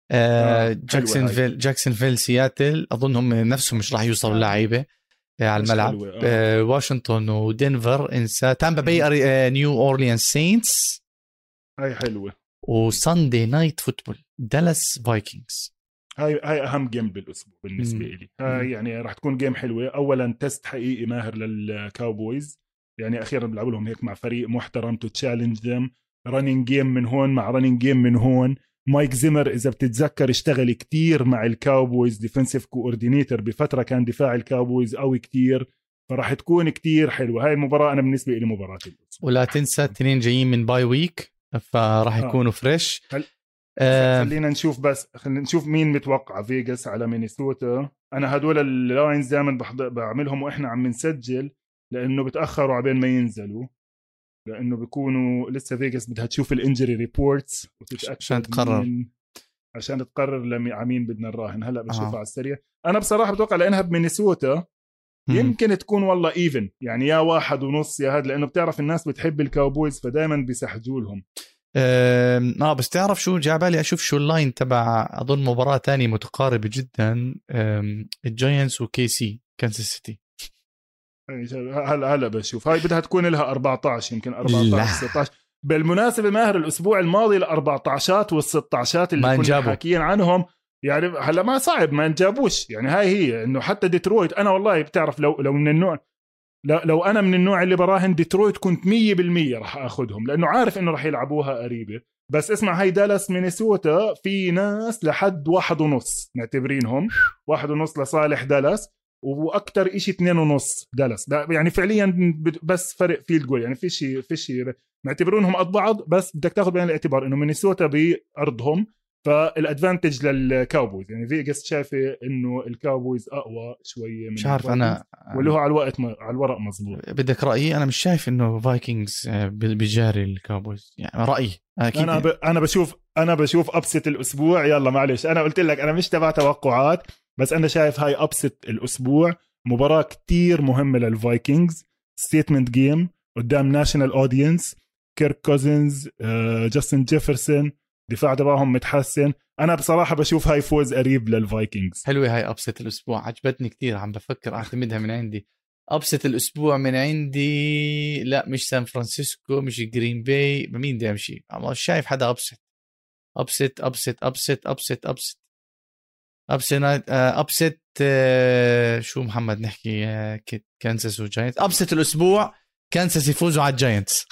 جاكسونفيل سياتل اظنهم نفسهم مش راح يوصلوا لعيبه على الملعب. واشنطن ودنفر انسى. تامبا باي نيو اورليانز سينتس هاي حلوه. وساندي نايت فوتبول دالاس فايكنجز. هاي اهم جيم بالاسبوع بالنسبه لي. هاي يعني راح تكون جيم حلوه. اولا تست حقيقي ماهر للكاوبويز، يعني اخيرا بيلعبوا لهم هيك مع فريق محترم تو تشالنج ذم. رننج جيم من هون مع رننج جيم من هون. مايك زيمر اذا بتتذكر اشتغل كتير مع الكاوبويز ديفنسيف كوردينيتور بفتره، كان دفاع الكاوبويز قوي كتير، فراح تكون كتير حلوه هاي المباراه. انا بالنسبه لي مباراه الاسبوع. ولا تنسى اثنين جايين من باي ويك فراح يكونوا فريش. خلينا نشوف، بس خلينا نشوف مين متوقع. فيغاس على مينيسوتا. انا هدول اللاينز دائما بعملهم واحنا عم نسجل لانه بتاخروا عبين ما ينزلوا، لانه بيكونوا لسه فيغاس بدها تشوف الانجري ريبورتس وتتاكد عشان تقرر مين بدنا نراهن. هلا بشوفها على السريع. انا بصراحه بتوقع لانها بمينيسوتا يمكن تكون والله ايفن، يعني يا 1.5 يا هاد، لانه بتعرف الناس بتحب الكاوبويز فدائما بيسحجوا لهم. بس تعرف شو جابالي اشوف شو اللاين تبع اظن مباراة تانية متقاربة جدا، الجاينتس وكي سي كانساس سيتي. هلا بشوف هاي بدها تكون لها 14 يمكن 14 16. بالمناسبة ماهر الاسبوع الماضي ال14 وال16 اللي كنا حاكيين عنهم يعني هلا ما صعب ما نجابوش. يعني هاي هي انه حتى ديترويت انا والله بتعرف لو من النوع لو انا من النوع اللي براهن ديترويت كنت 100% راح اخذهم لانه عارف انه راح يلعبوها قريبه. بس اسمع هاي دالاس مينيسوتا في ناس لحد 1.5 معتبرينهم 1.5 لصالح دالاس، واكثر إشي 2.5 دالاس. يعني فعليا بس فرق فيلد جول، يعني فيش معتبرونهم قد بعض. بس بدك تاخذ بعين الاعتبار انه مينيسوتا بارضهم فالادفانتج للكاوبويز. يعني فيغاس شايفه انه الكاوبويز اقوى شويه من مش عارف انا واللي هو على الورق مزبوط. بدك رايي؟ انا مش شايف انه فايكنجز بيجاري الكاوبويز، يعني رايي اكيد. انا بشوف ابسط الاسبوع. يلا معلش انا قلت لك انا مش تبع توقعات، بس انا شايف هاي ابسط الاسبوع. مباراه كتير مهمه للفايكنجز، ستيتمنت جيم قدام ناشونال اودينس. كيرك كوزنز، جاستن جيفرسون، دفاع تبعهم متحسن. انا بصراحه بشوف هاي فوز قريب للفايكنجز. حلوه هاي ابسط الاسبوع، عجبتني كتير. عم بفكر اعتمدها من عندي. ابسط الاسبوع من عندي لا مش سان فرانسيسكو مش جرين باي، مين بدي امشي؟ مش شايف حدا ابسط ابسط ابسط ابسط ابسط ابسط ابسط ابسط شو محمد نحكي كانساس وجاينتس. ابسط الاسبوع كانساس يفوزوا على الجاينتس.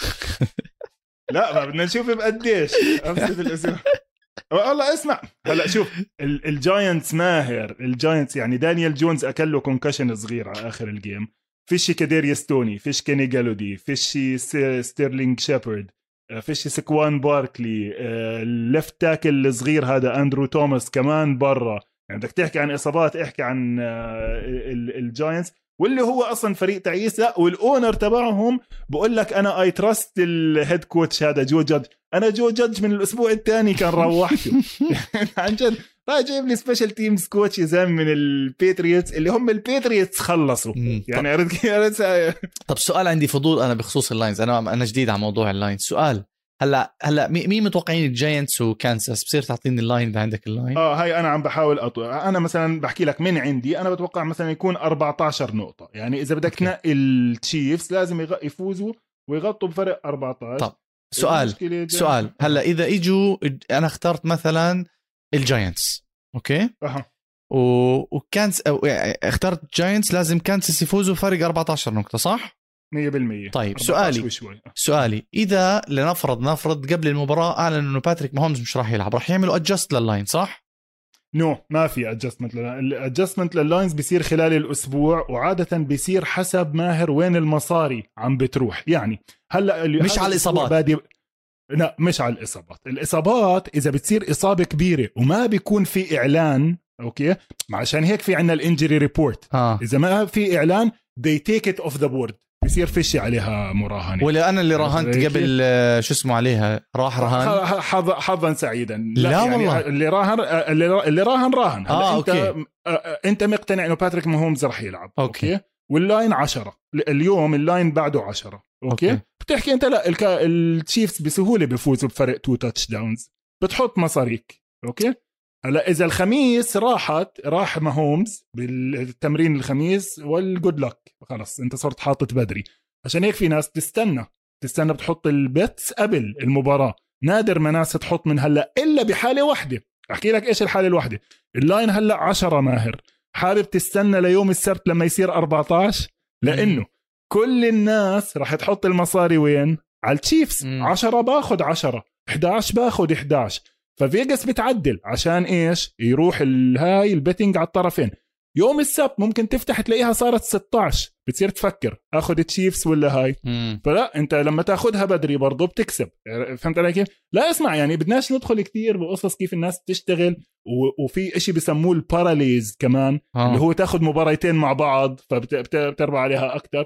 لا ما بدنا نشوف بقديش ابسط الاسبوع. والله اسمع هلا شوف الجاينتس ماهر. الجاينتس يعني دانيال جونز اكل له كونكشن صغير على اخر الجيم. فيش كاديريوس توني، فيش كيني جالودي، فيش ستيرلينج شيبرد، فيش سكوان باركلي، الليفت تاكل الصغير هذا اندرو توماس كمان برا. يعني بدك تحكي عن اصابات احكي عن الجاينتس واللي هو اصلا فريق تعيس. لا والاونر تبعهم بقول لك انا اي تراست الهيد كوتش هذا جو جادج. انا جو جادج من الاسبوع الثاني كان روحته عن جد. جايب لي سبيشال تيمز كوتش يا من البيتريوتس اللي هم البيتريوتس خلصوا يعني عرفت. طب سؤال عندي فضول انا بخصوص اللاينز. انا جديد على موضوع اللاينز. سؤال هلا مين متوقعين الجاينتس وكانساس؟ بصير تعطيني اللاين اذا عندك اللاين. هاي انا عم بحاول انا مثلا بحكي لك من عندي. انا بتوقع مثلا يكون 14 نقطة. يعني اذا بدك تنقي التشيفز لازم يفوزوا ويغطوا بفرق 14. طب سؤال هلا اذا اجوا انا اخترت مثلا الجاينتس اوكي وكانس اخترت جاينتس لازم كانساس يفوزوا فرق 14 نقطة صح 100%. طيب سؤالي اذا نفرض قبل المباراة اعلن انه باتريك ماهومز مش راح يلعب، راح يعملوا ادجست لللاين صح؟ ما في ادجستمنت. الادجستمنت لللاينز بيصير خلال الاسبوع وعادة بيصير حسب ماهر وين المصاري عم بتروح. يعني هلا مش على الاصابات. لا مش على الإصابات إذا بتصير إصابة كبيرة وما بيكون في إعلان أوكي عشان هيك في عنا الانجري ريبورت. إذا ما في إعلان they take it off the board بيصير فيش عليها مراهنة. ولا أنا اللي راهنت قبل شو اسمه عليها راح رهان حظا سعيدا. لا يعني والله اللي راهن أوكي. أنت مقتنع إنه باتريك ماهومز رح يلعب أوكي واللاين 10 اليوم اللاين بعده 10 أوكي. بتحكي انت لا التشيفز بسهوله بيفوزوا بفرق 2 تاتش داونز بتحط مصاريك اوكي. هلا اذا الخميس راح ماهومز بالتمرين الخميس والجود لك خلص انت صرت حاطط بدري. عشان هيك في ناس تستنى بتحط البيتس قبل المباراة. نادر ما ناس تحط من هلا الا بحالة واحدة. احكي لك ايش الحالة الواحدة. اللاين هلا 10 ماهر، حابب تستنى ليوم السبت لما يصير 14 لانه كل الناس راح تحط المصاري وين؟ على التشيفز. 10 باخد 10، 11 باخد 11. ففيغاس بتعدل عشان ايش؟ يروح هاي البيتنج على الطرفين. يوم السبت ممكن تفتح تلاقيها صارت 16، بتصير تفكر اخذ التشيفز ولا هاي. فلا انت لما تاخدها بدري برضو بتكسب. فهمت علي كيف؟ لا اسمع، يعني بدناش ندخل كتير بقصص كيف الناس بتشتغل، وفي اشي بسموه الباراليز كمان اللي هو تاخد مباريتين مع بعض فبتربع عليها اكتر.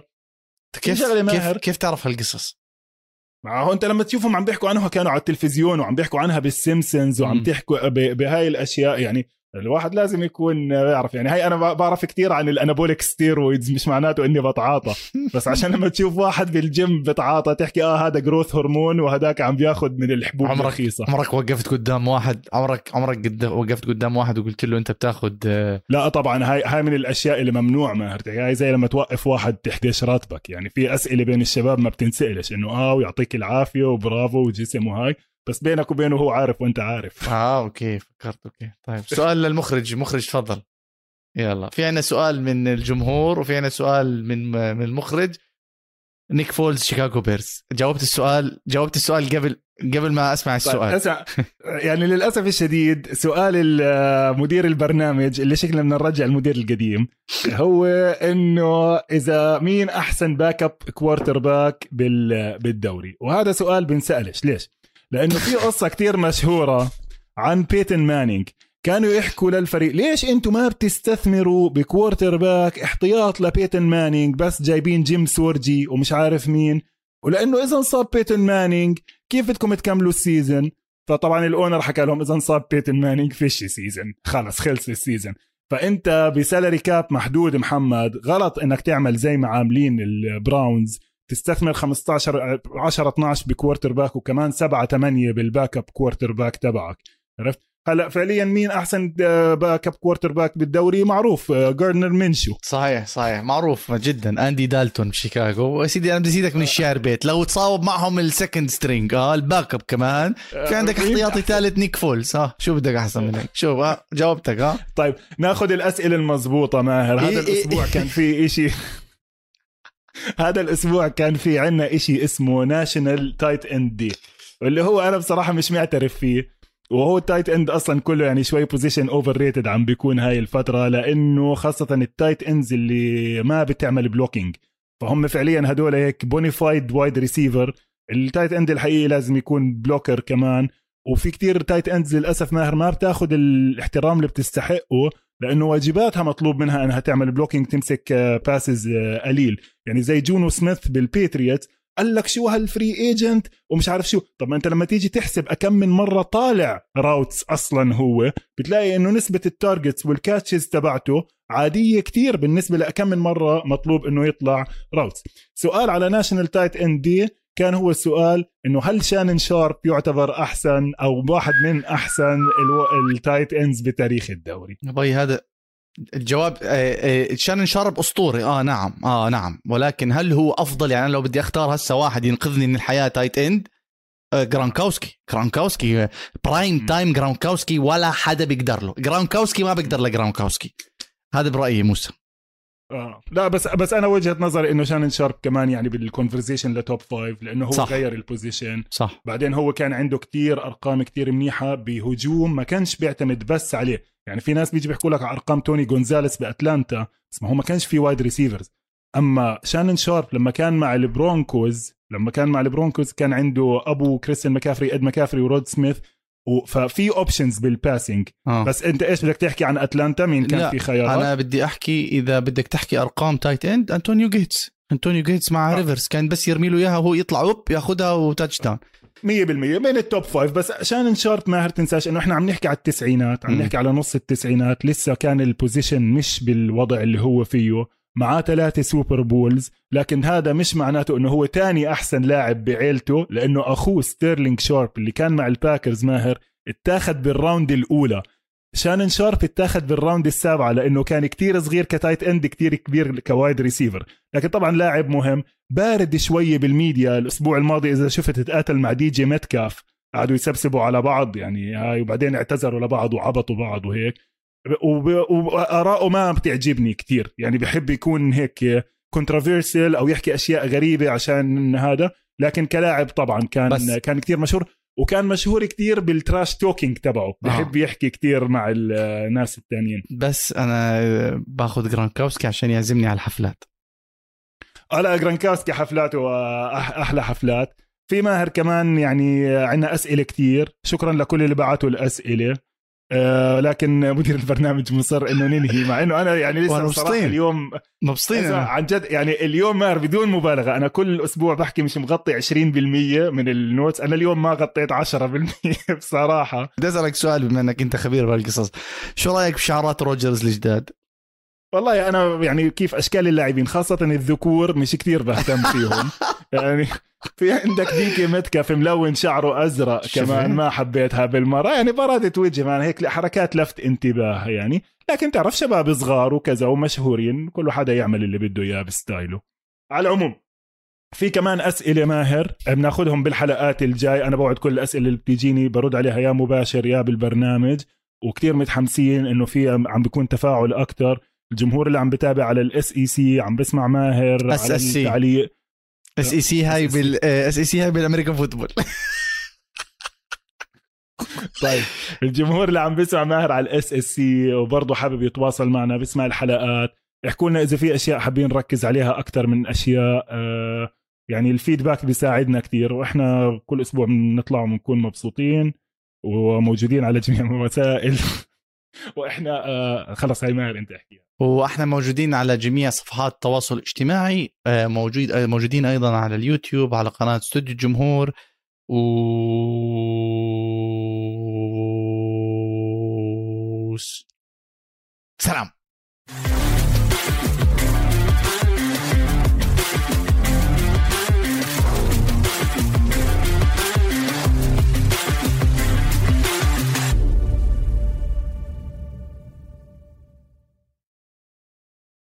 كيف تعرف هالقصص؟ هو انت لما تشوفهم عم بيحكوا عنها كانوا على التلفزيون وعم بيحكوا عنها بالسيمسونز وعم تحكوا بهاي الاشياء. يعني الواحد لازم يكون يعرف. يعني هاي انا بعرف كتير عن الانابوليك ستيرويدز، مش معناته اني بتعاطى بس عشان لما تشوف واحد بالجيم بتعاطى تحكي هذا جروث هرمون وهداك عم بياخد من الحبوب الرخيصه. عمرك وقفت قدام واحد وقفت قدام واحد وقلت له انت بتاخد؟ لا طبعا هاي من الاشياء اللي ممنوع ماهرتك. هاي زي لما توقف واحد تحديش راتبك. يعني في اسئله بين الشباب ما بتنسالش انه ويعطيك العافيه وبرافو وجسم وهاي، بس بينك وبينه هو عارف وانت عارف. اوكي فكرت. اوكي طيب سؤال للمخرج تفضل. يلا في عنا سؤال من الجمهور وفي عنا سؤال من المخرج. نيك فولز شيكاغو بيرز. جاوبت السؤال قبل ما اسمع السؤال. يعني للاسف الشديد سؤال مدير البرنامج اللي شكلنا بدنا نرجع المدير القديم هو انه اذا مين احسن باك اب كوارتر باك بالدوري. وهذا سؤال بنسألش ليش؟ لانه في قصه كتير مشهوره عن بيتن مانينج. كانوا يحكوا للفريق ليش انتم ما بتستثمروا بكوارتر باك احتياط لبيتن مانينج، بس جايبين جيم سورجي ومش عارف مين. ولانه اذا انصاب بيتن مانينج كيف بدكم تكملوا السيزن؟ فطبعا الاونر حكى لهم اذا انصاب بيتن مانينج فيش سيزن، خلص خلص السيزن. فانت بسالري كاب محدود محمد، غلط انك تعمل زي ما عاملين البراونز تستثمر 15 10 12 بكوارتر باك وكمان 7 8 بالباك اب كوارتر باك تبعك. عرفت؟ هلا فعليا مين احسن باك اب كوارتر باك بالدوري؟ معروف جاردنر مينشو. صحيح معروف جدا. اندي دالتون بشيكاغو. وسيدي انا بدي ازيدك من الشعر بيت لو تصاوب معهم السكند سترينج الباك اب كمان في عندك احتياطي ثالث نيك فولز. شو بدك احسن من هيك؟ شوف جاوبتك. طيب ناخذ الاسئله المضبوطه ماهر. هذا الاسبوع كان في إشي هذا الاسبوع كان في عنا إشي اسمه ناشونال تايت اند دي، واللي هو انا بصراحه مش معترف فيه. وهو التايت اند اصلا كله يعني شوي بوزيشن اوفر ريتد عم بيكون هاي الفتره، لانه خاصه التايت اندز اللي ما بتعمل بلوكينج فهم فعليا هدول هيك بونيفايد وايد ريسيفر. التايت اند الحقيقي لازم يكون بلوكر كمان. وفي كتير تايت اندز للاسف ماهر ما بتاخد الاحترام اللي بتستحقه، لانه واجباتها مطلوب منها انها تعمل بلوكينج، تمسك باسز قليل. يعني زي جونو سميث بالبيتريوت قال لك شو هالفري ايجنت ومش عارف شو. طب ما انت لما تيجي تحسب اكم من مره طالع راوتس اصلا هو بتلاقي انه نسبه التارجتس والكاتشز تبعته عاديه كتير بالنسبه لاكم من مره مطلوب انه يطلع راوتس. سؤال على ناشونال تايت اند دي كان هو السؤال انه هل شانن شارب يعتبر احسن او واحد من احسن التايت اندز بتاريخ الدوري؟ باي هذا الجواب. شانن شارب أسطوري. نعم ولكن هل هو أفضل؟ يعني لو بدي أختار هسه واحد ينقذني من الحياة تايت إند، جرانكاوسكي برايم تايم جرانكاوسكي ولا حدا بيقدر له. جرانكاوسكي ما بيقدر لجرانكاوسكي. هذا برأيي موسى. لا بس انا وجهة نظري انه شانن شارب كمان يعني بالكونفرزيشن لتوب 5 لانه هو صح. غير البوزيشن صح. بعدين هو كان عنده كتير ارقام كتير منيحة بهجوم، ما كانش بيعتمد بس عليه. يعني في ناس بيجي بيحكوا لك على ارقام توني غونزاليس باتلانتا بس ما هو ما كانش في وايد ريسيفرز. اما شانن شارب لما كان مع البرونكوز كان عنده ابو كريستيان ماكافري، اد ماكافري ورود سميث، ففي اوبشنز بالباسنج. بس انت ايش بدك تحكي عن اتلانتا؟ مين كان في خيارات؟ انا بدي احكي اذا بدك تحكي ارقام تايت اند انتونيو جيتس مع ريفرز كان بس يرمي له اياها وهو يطلع ياخذها وتاتش داون 100% من التوب 5. بس عشان شارب ماهر تنساش انه احنا عم نحكي على التسعينات، عم نحكي على نص التسعينات، لسه كان البوزيشن مش بالوضع اللي هو فيه، معاه 3 سوبر بولز. لكن هذا مش معناته انه هو تاني احسن لاعب بعيلته، لانه اخوه ستيرلينج شارب اللي كان مع الباكرز ماهر اتاخد بالراوند الاولى. شانن شارب اتاخد بالراوند السابعة لأنه كان كتير صغير كتايت اند، كتير كبير كوايد ريسيفر، لكن طبعا لاعب مهم. بارد شوية بالميديا. الأسبوع الماضي إذا شفت اتقاتل مع دي جي متكاف، قعدوا يسبسبوا على بعض يعني هاي، وبعدين اعتذروا لبعض وعبطوا بعض وهيك. وآراءه ما بتعجبني كتير، يعني بحب يكون هيك كونتروفيرسيال أو يحكي أشياء غريبة عشان هذا، لكن كلاعب طبعا كان كتير مشهور، وكان مشهور كتير بالتراش توكينج تبعه، بحب يحكي كتير مع الناس التانيين. بس أنا باخد جرانكوفسكي عشان يعزمني على الحفلات. لا جرانكوفسكي حفلاته أحلى حفلات. في ماهر كمان يعني عنا أسئلة كتير، شكرا لكل اللي بعتوا الأسئلة. لكن مدير البرنامج مصر انه ننهي، مع انه انا يعني لسه بصراحه اليوم مبسوطين عن جد. يعني اليوم ماهر بدون مبالغه، انا كل اسبوع بحكي مش مغطي 20% من النوتس، انا اليوم ما غطيت 10% بصراحه. بدي اسالك سؤال بما انك انت خبير بهالقصص، شو رايك بشعارات روجرز الجداد؟ والله انا يعني كيف اشكال اللاعبين خاصه الذكور مش كتير بهتم فيهم. يعني في عندك ديكي متكف ملون شعره ازرق كمان ما حبيتها بالمره، يعني برادة وجه مان هيك حركات لفت انتباه يعني. لكن تعرف شباب صغار وكذا ومشهورين، كل حدا يعمل اللي بده اياه بستايله. على العموم في كمان اسئله ماهر بناخذهم بالحلقات الجاي، انا بوعد كل الاسئله اللي بتجيني برد عليها يا مباشر يا بالبرنامج، وكتير متحمسين انه في عم بيكون تفاعل اكتر. الجمهور اللي عم بتابع على الاس اي سي عم بسمع ماهر على التعليق. اس اي سي هاي اس اي سي هاي بالامريكان فوتبول. طيب الجمهور اللي عم بيسمع ماهر على الاس اس سي وبرضه حابب يتواصل معنا بيسمع الحلقات، احكوا لنا اذا في اشياء حابين نركز عليها اكثر من اشياء. يعني الفيدباك بيساعدنا كتير، واحنا كل اسبوع بنطلع ونكون مبسوطين وموجودين على جميع الوسائل. واحنا خلص هاي ماهر انت احكيها. واحنا موجودين على جميع صفحات التواصل الاجتماعي، موجودين ايضا على اليوتيوب على قناة استوديو الجمهور سلام.